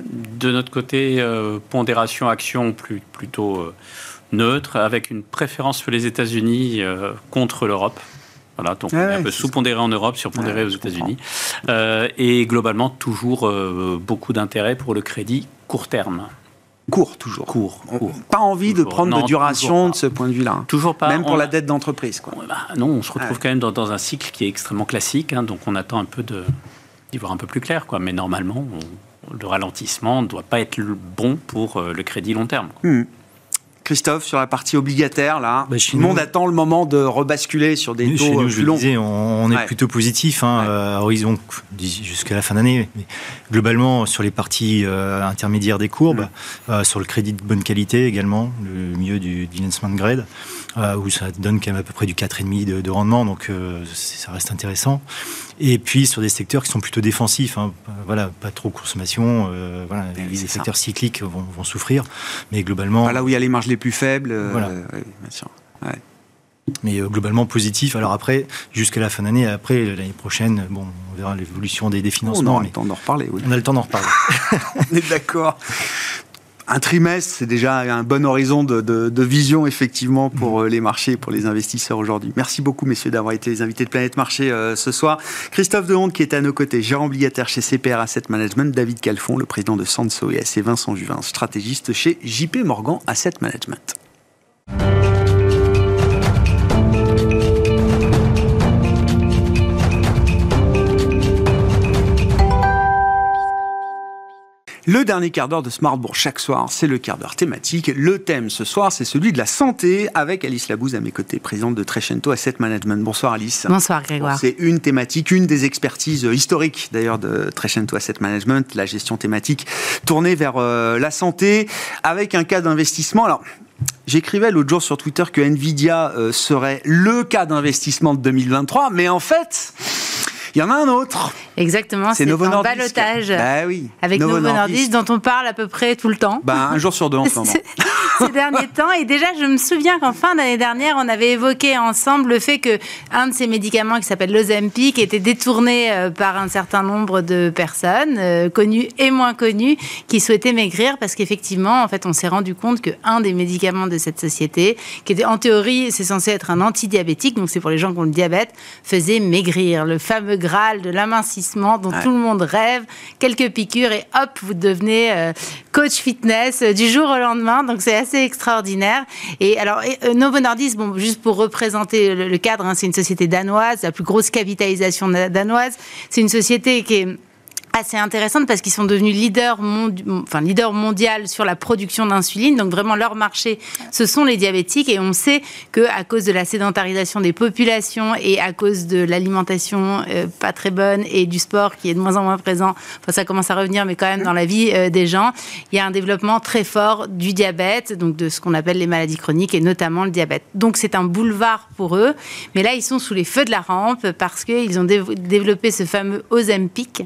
De notre côté, pondération action plutôt neutre, avec une préférence sur les États-Unis contre l'Europe. Voilà, donc on est un peu sous-pondéré en Europe, surpondéré aux États-Unis. Et globalement, toujours beaucoup d'intérêt pour le crédit court terme. Court, toujours. Court. Pas envie de prendre de duration de ce point de vue-là. Toujours pas. Même pour la dette d'entreprise, quoi. Non, on se retrouve quand même dans un cycle qui est extrêmement classique, donc on attend un peu d'y voir un peu plus clair, quoi. Mais normalement, le ralentissement ne doit pas être bon pour le crédit long terme. Christophe, sur la partie obligataire, là, tout le monde attend le moment de rebasculer sur des taux plus longs. On est plutôt positif, à horizon jusqu'à la fin d'année. Mais globalement, sur les parties intermédiaires des courbes, sur le crédit de bonne qualité également, le milieu du investment grade, où ça donne quand même à peu près du 4,5 de rendement, donc ça reste intéressant. Et puis sur des secteurs qui sont plutôt défensifs, pas trop consommation, les secteurs cycliques vont souffrir, mais globalement... Là où il y a les marges les plus faibles, bien sûr. Ouais. Mais globalement positif. Alors après, jusqu'à la fin d'année, après l'année prochaine, on verra l'évolution des financements. On aura le temps d'en reparler, oui. On a le temps d'en reparler. On est d'accord. Un trimestre, c'est déjà un bon horizon de vision, effectivement, pour les marchés, pour les investisseurs aujourd'hui. Merci beaucoup, messieurs, d'avoir été les invités de Planète Marché ce soir. Christophe Dehondt, qui est à nos côtés, gérant obligataire chez CPR Asset Management, David Calfon, le président de Sanso et Vincent Juvin, stratégiste chez JP Morgan Asset Management. Le dernier quart d'heure de Smart Bourse chaque soir, c'est le quart d'heure thématique. Le thème ce soir, c'est celui de la santé, avec Alice Labouze à mes côtés, présidente de Trecento Asset Management. Bonsoir Alice. Bonsoir Grégoire. C'est une thématique, une des expertises historiques d'ailleurs de Trecento Asset Management, la gestion thématique tournée vers la santé, avec un cas d'investissement. Alors, j'écrivais l'autre jour sur Twitter que Nvidia serait le cas d'investissement de 2023, mais en fait... il y en a un autre. Exactement, c'est un ballottage avec Novo Nordisk dont on parle à peu près tout le temps. Un jour sur deux en ce moment. Ces derniers temps. Et déjà, je me souviens qu'en fin d'année dernière, on avait évoqué ensemble le fait qu'un de ces médicaments qui s'appelle l'Ozempic était détourné par un certain nombre de personnes, connues et moins connues, qui souhaitaient maigrir parce qu'effectivement, en fait, on s'est rendu compte qu'un des médicaments de cette société, qui était en théorie, c'est censé être un antidiabétique, donc c'est pour les gens qui ont le diabète, faisait maigrir. Le fameux Graal de l'amincissement dont tout le monde rêve, quelques piqûres et hop, vous devenez coach fitness du jour au lendemain, donc c'est assez extraordinaire. Et alors, Novo Nordisk, juste pour représenter le cadre, c'est une société danoise, la plus grosse capitalisation danoise, c'est une société qui est assez intéressante parce qu'ils sont devenus leader mondial sur la production d'insuline. Donc vraiment, leur marché, ce sont les diabétiques. Et on sait qu'à cause de la sédentarisation des populations et à cause de l'alimentation pas très bonne et du sport qui est de moins en moins présent, ça commence à revenir, mais quand même dans la vie des gens, il y a un développement très fort du diabète, donc de ce qu'on appelle les maladies chroniques et notamment le diabète. Donc c'est un boulevard pour eux. Mais là, ils sont sous les feux de la rampe parce qu'ils ont développé ce fameux Ozempic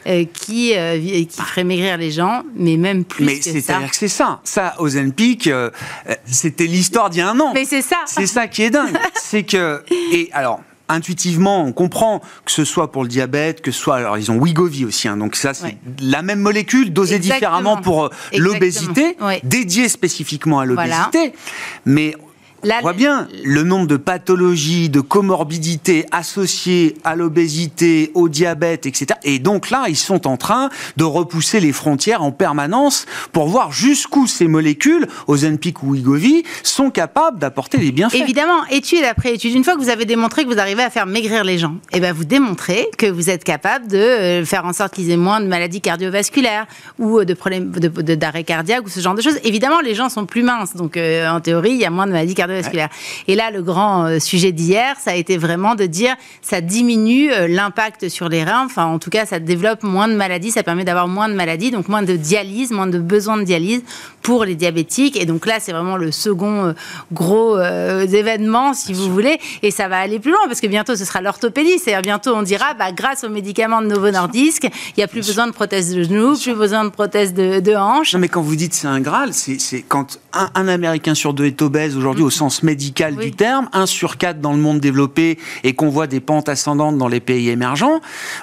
qui ferait maigrir les gens, mais même plus que ça. Mais c'est-à-dire que c'est ça. Ça, Ozempic, c'était l'histoire d'il y a un an. Mais c'est ça. C'est ça qui est dingue. C'est que... Et alors... intuitivement, on comprend que ce soit pour le diabète, que ce soit... Alors, ils ont Wegovy aussi, donc ça, c'est la même molécule, dosée différemment pour l'obésité, dédiée spécifiquement à l'obésité. Mais... on voit bien le nombre de pathologies, de comorbidités associées à l'obésité, au diabète, etc. Et donc là, ils sont en train de repousser les frontières en permanence pour voir jusqu'où ces molécules, Ozempic ou Wegovy, sont capables d'apporter des bienfaits. Évidemment, étude après étude. Une fois que vous avez démontré que vous arrivez à faire maigrir les gens, vous démontrez que vous êtes capable de faire en sorte qu'ils aient moins de maladies cardiovasculaires ou de problèmes d'arrêt cardiaque ou ce genre de choses. Évidemment, les gens sont plus minces, donc en théorie, il y a moins de maladies cardiovasculaires. Et là, le grand sujet d'hier, ça a été vraiment de dire ça diminue l'impact sur les reins, en tout cas, ça développe moins de maladies, ça permet d'avoir moins de maladies, donc moins de dialyse, moins de besoin de dialyse pour les diabétiques. Et donc là, c'est vraiment le second gros événement, si vous voulez. Et ça va aller plus loin, parce que bientôt, ce sera l'orthopédie. C'est-à-dire, bientôt, on dira, grâce aux médicaments de Novo Nordisk, il n'y a plus besoin de prothèses de genoux, plus besoin de prothèses de hanches. Non, mais quand vous dites c'est un Graal, c'est quand un Américain sur deux est obèse aujourd'hui, au sens médical du terme, 1 sur 4 dans le monde développé, et qu'on voit des pentes ascendantes dans les pays émergents,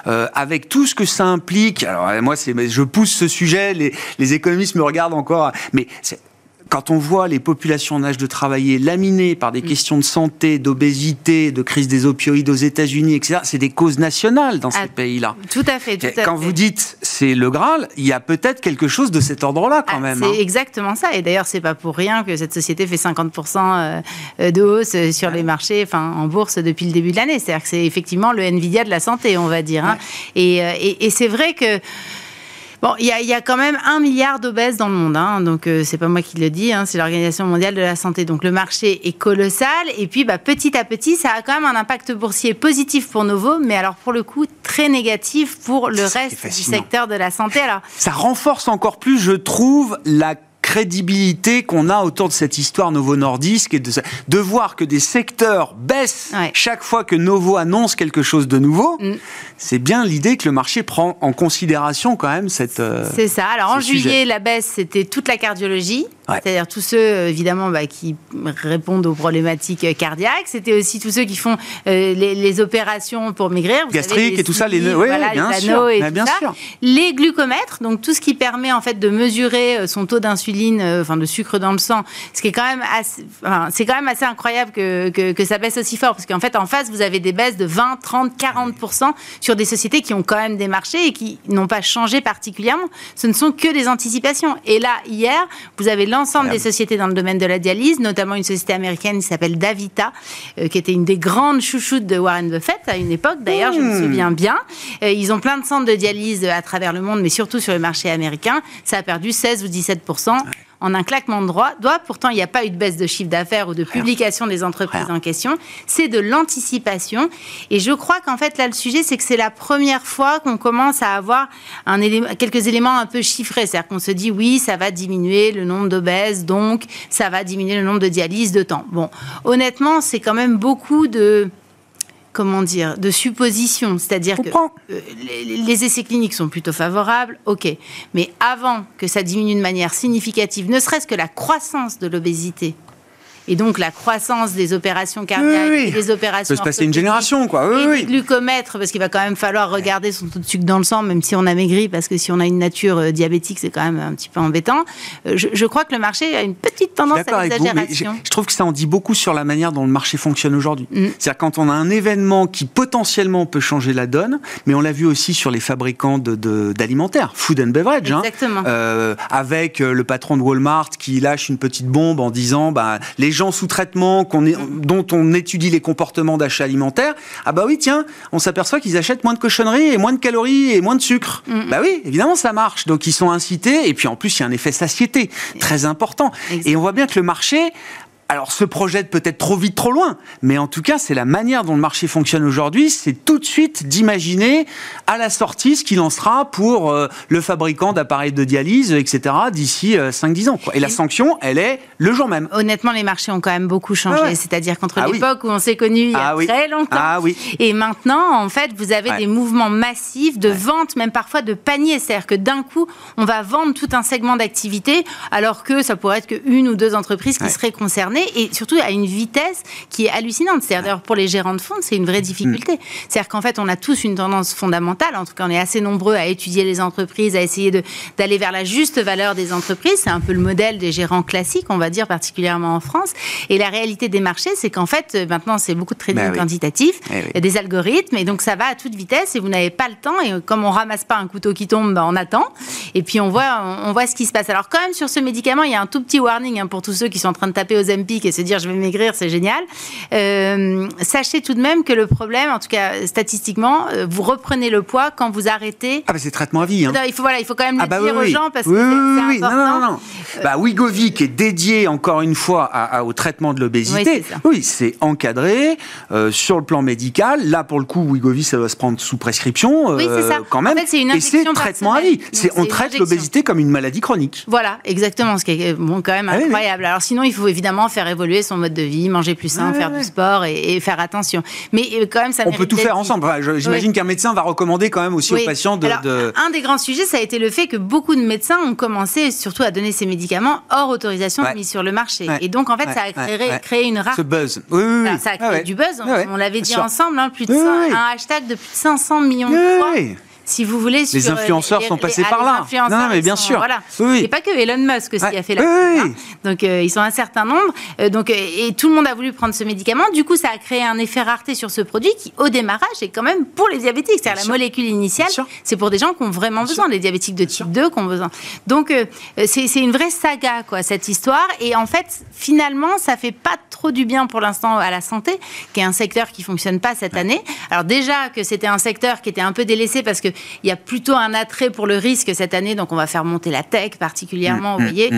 avec tout ce que ça implique. Alors moi, je pousse ce sujet, les économistes me regardent encore, mais quand on voit les populations en âge de travailler laminées par des questions de santé, d'obésité, de crise des opioïdes aux États-Unis, etc., c'est des causes nationales dans ces pays-là. Tout à fait. Quand vous dites c'est le Graal, il y a peut-être quelque chose de cet ordre-là quand même. C'est exactement ça. Et d'ailleurs, c'est pas pour rien que cette société fait 50% de hausse sur les marchés, en bourse depuis le début de l'année. C'est-à-dire que c'est effectivement le Nvidia de la santé, on va dire. Et c'est vrai que bon, il y a quand même 1 milliard d'obèses dans le monde, donc c'est pas moi qui le dis, c'est l'Organisation mondiale de la santé. Donc le marché est colossal, et puis petit à petit, ça a quand même un impact boursier positif pour Novo, mais alors pour le coup très négatif pour le reste du secteur de la santé. Alors ça renforce encore plus, je trouve, la crédibilité qu'on a autour de cette histoire Novo Nordisk et de voir que des secteurs baissent chaque fois que Novo annonce quelque chose de nouveau. C'est bien l'idée que le marché prend en considération quand même cette. C'est ça. Alors en juillet, la baisse, c'était toute la cardiologie. C'est-à-dire tous ceux, évidemment, qui répondent aux problématiques cardiaques. C'était aussi tous ceux qui font les opérations pour maigrir. Gastrique et tout ça, les nœuds, bien sûr. Les glucomètres, donc tout ce qui permet en fait de mesurer son taux d'insuline, de sucre dans le sang, ce qui est quand même c'est quand même assez incroyable que ça baisse aussi fort, parce qu'en fait, en face, vous avez des baisses de 20, 30, 40% sur des sociétés qui ont quand même des marchés et qui n'ont pas changé particulièrement. Ce ne sont que des anticipations. Et là, hier, vous avez l'ensemble des sociétés dans le domaine de la dialyse, notamment une société américaine qui s'appelle Davita, qui était une des grandes chouchoutes de Warren Buffett à une époque, d'ailleurs, je me souviens bien. Ils ont plein de centres de dialyse à travers le monde, mais surtout sur le marché américain. Ça a perdu 16 ou 17%. En un claquement de doigts. Pourtant, il n'y a pas eu de baisse de chiffre d'affaires ou de publication des entreprises en question. C'est de l'anticipation. Et je crois qu'en fait, là, le sujet, c'est que c'est la première fois qu'on commence à avoir quelques éléments un peu chiffrés. C'est-à-dire qu'on se dit, oui, ça va diminuer le nombre d'obèses, donc ça va diminuer le nombre de dialyses de temps. Bon, honnêtement, c'est quand même beaucoup de suppositions. C'est-à-dire que les essais cliniques sont plutôt favorables, ok. Mais avant que ça diminue de manière significative, ne serait-ce que la croissance de l'obésité, et donc la croissance des opérations cardiaques et des opérations... Ça peut se passer une génération, quoi. Des glucomètres, parce qu'il va quand même falloir regarder son taux de sucre dans le sang, même si on a maigri, parce que si on a une nature diabétique, c'est quand même un petit peu embêtant. Je crois que le marché a une petite tendance à l'exagération. Je trouve que ça en dit beaucoup sur la manière dont le marché fonctionne aujourd'hui. C'est-à-dire quand on a un événement qui potentiellement peut changer la donne, mais on l'a vu aussi sur les fabricants d'alimentaires, food and beverage. Exactement. Avec le patron de Walmart qui lâche une petite bombe en disant les gens sous traitement dont on étudie les comportements d'achat alimentaire, on s'aperçoit qu'ils achètent moins de cochonneries et moins de calories et moins de sucre. Oui, évidemment ça marche. Donc ils sont incités, et puis en plus il y a un effet satiété très important. Et on voit bien que le marché se projette peut-être trop vite, trop loin, mais en tout cas, c'est la manière dont le marché fonctionne aujourd'hui, c'est tout de suite d'imaginer à la sortie ce qu'il en sera pour le fabricant d'appareils de dialyse, etc., d'ici 5-10 ans. Et la sanction, elle est le jour même. Honnêtement, les marchés ont quand même beaucoup changé, c'est-à-dire qu'entre l'époque où on s'est connus il y a très longtemps, et maintenant, en fait, vous avez des mouvements massifs de vente, même parfois de paniers, c'est-à-dire que d'un coup, on va vendre tout un segment d'activité, alors que ça pourrait être qu'une ou deux entreprises qui seraient concernées, et surtout à une vitesse qui est hallucinante. C'est-à-dire pour les gérants de fonds, c'est une vraie difficulté. C'est-à-dire qu'en fait, on a tous une tendance fondamentale, en tout cas on est assez nombreux à étudier les entreprises, à essayer d'aller vers la juste valeur des entreprises. C'est un peu le modèle des gérants classiques, on va dire, particulièrement en France. Et la réalité des marchés, c'est qu'en fait, maintenant c'est beaucoup de trading quantitatif, des algorithmes, et donc ça va à toute vitesse et vous n'avez pas le temps, et comme on ramasse pas un couteau qui tombe, on attend, et puis on voit ce qui se passe. Alors quand même, sur ce médicament, il y a un tout petit warning pour tous ceux qui sont en train de taper aux Ozempic et se dire je vais maigrir, c'est génial. Sachez tout de même que le problème, en tout cas statistiquement, vous reprenez le poids quand vous arrêtez. C'est traitement à vie. Il faut quand même le dire aux gens parce que c'est important. Non. Wegovy est dédié encore une fois au traitement de l'obésité. C'est encadré sur le plan médical. Là pour le coup, Wegovy ça doit se prendre sous prescription c'est ça. quand même. En fait, c'est une injection et c'est traitement à vie. On traite l'obésité comme une maladie chronique. Voilà, exactement, ce qui est quand même incroyable. Alors sinon, il faut évidemment faire évoluer son mode de vie, manger plus sain, faire du sport et faire attention. Mais quand même, ça on peut tout faire ensemble. J'imagine qu'un médecin va recommander quand même aussi aux patients un des grands sujets, ça a été le fait que beaucoup de médecins ont commencé surtout à donner ces médicaments hors autorisation de mise sur le marché. Et donc, en fait, ça a créé une rareté. Ce buzz. Ça a créé du buzz. On l'avait dit ensemble, plus de un hashtag de plus de 500 millions de fois. si vous voulez, sur les influenceurs sont passés par là. Non, mais bien sûr. Voilà. Oui. Et pas que Elon Musk aussi a fait la oui. Donc ils sont un certain nombre. Et tout le monde a voulu prendre ce médicament. Du coup, ça a créé un effet rareté sur ce produit qui, au démarrage, est quand même pour les diabétiques. C'est-à-dire la molécule initiale, c'est pour des gens qui ont vraiment besoin, les diabétiques de type 2 qui ont besoin. Donc c'est une vraie saga, quoi, cette histoire. Et en fait, finalement, ça fait pas trop du bien pour l'instant à la santé, qui est un secteur qui fonctionne pas cette année. Alors déjà que c'était un secteur qui était un peu délaissé parce qu'il y a plutôt un attrait pour le risque cette année, donc on va faire monter la tech particulièrement, vous voyez.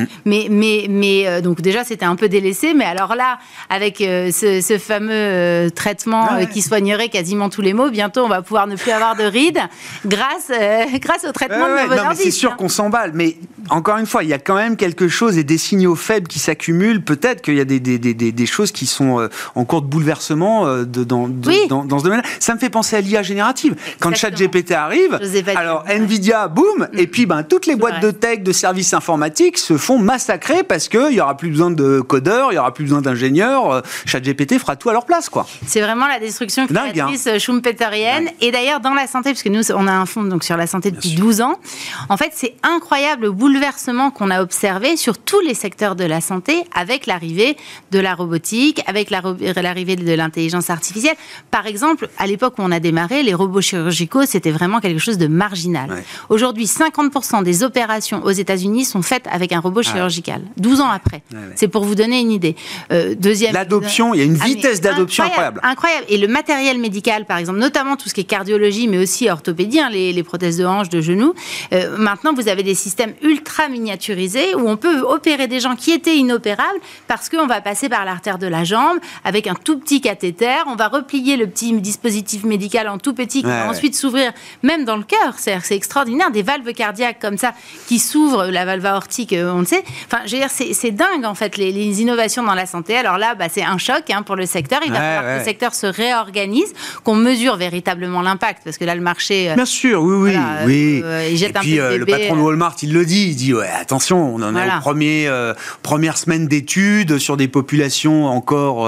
Mais donc déjà c'était un peu délaissé, mais alors là, avec ce fameux traitement qui soignerait quasiment tous les maux, bientôt on va pouvoir ne plus avoir de rides grâce au traitement de Novo Nordisk. C'est sûr qu'on s'emballe, mais encore une fois, il y a quand même quelque chose et des signaux faibles qui s'accumulent. Peut-être qu'il y a des choses qui sont en cours de bouleversement dans ce domaine-là. Ça me fait penser à l'IA générative. Quand ChatGPT arrive, alors Nvidia, boum, et puis toutes les boîtes de tech, de services informatiques se font massacrer parce qu'il n'y aura plus besoin de codeurs, il n'y aura plus besoin d'ingénieurs. ChatGPT fera tout à leur place, quoi. C'est vraiment la destruction créatrice schumpeterienne. Et d'ailleurs, dans la santé, puisque nous, on a un fonds donc, sur la santé depuis 12 ans, en fait, c'est incroyable le bouleversement qu'on a observé sur tous les secteurs de la santé avec l'arrivée de la robotique, avec l'arrivée de l'intelligence artificielle. Par exemple, à l'époque où on a démarré, les robots chirurgicaux, c'était vraiment quelque chose de marginal. Ouais. Aujourd'hui, 50% des opérations aux États-Unis sont faites avec un robot chirurgical. 12 ans après. Ouais. C'est pour vous donner une idée. L'adoption, il y a une vitesse d'adoption incroyable. Incroyable. Et le matériel médical, par exemple, notamment tout ce qui est cardiologie, mais aussi orthopédie, les prothèses de hanche, de genoux. Maintenant, vous avez des systèmes ultra miniaturisés où on peut opérer des gens qui étaient inopérables parce qu'on va passer par l'artère de la jambe avec un tout petit cathéter. On va replier le petit dispositif médical en tout petit qui va ensuite s'ouvrir même dans le cœur. C'est extraordinaire. Des valves cardiaques comme ça qui s'ouvrent, la valve aortique, on le sait. Enfin, je veux dire, c'est dingue en fait les innovations dans la santé. Alors là, c'est un choc pour le secteur. Il va falloir que le secteur se réorganise, qu'on mesure véritablement l'impact parce que là, le marché. Bien sûr, oui. Il jette un peu le bébé. Le patron de Walmart, il le dit. Il dit attention, on en est aux premières semaines d'études sur des populations encore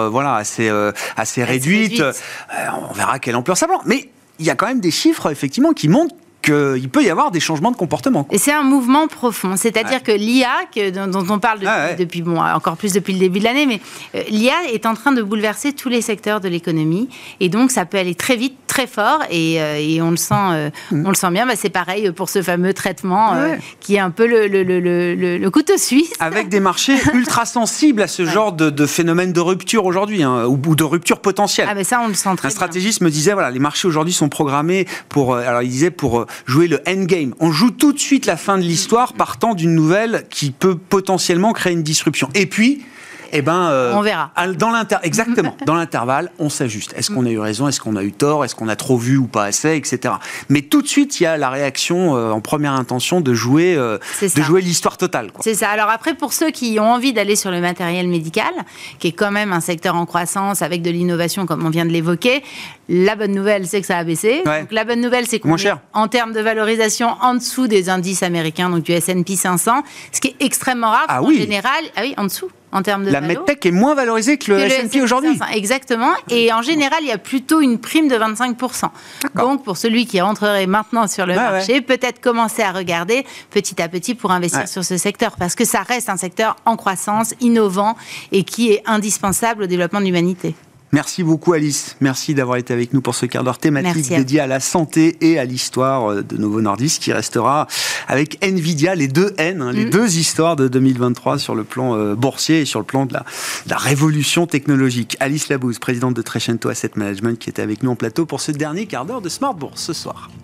assez réduites. On verra quelle ampleur ça prend. Mais il y a quand même des chiffres effectivement qui montrent qu'il peut y avoir des changements de comportement. Et c'est un mouvement profond. C'est-à-dire que l'IA, dont on parle depuis encore plus depuis le début de l'année, mais l'IA est en train de bouleverser tous les secteurs de l'économie. Et donc, ça peut aller très vite, très fort. Et on le sent bien. C'est pareil pour ce fameux traitement qui est un peu le couteau suisse. Avec des marchés ultra sensibles à ce genre de phénomène de rupture aujourd'hui, ou de rupture potentielle. Mais ça, on le sent très bien. Un stratégiste me disait, les marchés aujourd'hui sont programmés pour jouer le endgame. On joue tout de suite la fin de l'histoire partant d'une nouvelle qui peut potentiellement créer une disruption. Et puis, on verra. Exactement. Dans l'intervalle, on s'ajuste. Est-ce qu'on a eu raison? Est-ce qu'on a eu tort? Est-ce qu'on a trop vu ou pas assez? Etc. Mais tout de suite, il y a la réaction en première intention de jouer l'histoire totale. Quoi. C'est ça. Alors après, pour ceux qui ont envie d'aller sur le matériel médical, qui est quand même un secteur en croissance avec de l'innovation, comme on vient de l'évoquer, la bonne nouvelle, c'est que ça a baissé. Donc, la bonne nouvelle, c'est qu'on est en termes de valorisation en dessous des indices américains, donc du S&P 500, ce qui est extrêmement rare. En général, en dessous. En termes de la medtech est moins valorisée que le S&P aujourd'hui. Exactement. Et en général, il y a plutôt une prime de 25%. Donc, pour celui qui entrerait maintenant sur le marché, peut-être commencer à regarder petit à petit pour investir sur ce secteur. Parce que ça reste un secteur en croissance, innovant et qui est indispensable au développement de l'humanité. Merci beaucoup Alice, merci d'avoir été avec nous pour ce quart d'heure thématique dédié à la santé et à l'histoire de Novo Nordisk qui restera avec Nvidia, les deux N, les deux histoires de 2023 sur le plan boursier et sur le plan de la révolution technologique. Alice Labouze, présidente de Trecento Asset Management qui était avec nous en plateau pour ce dernier quart d'heure de Smart Bourse ce soir.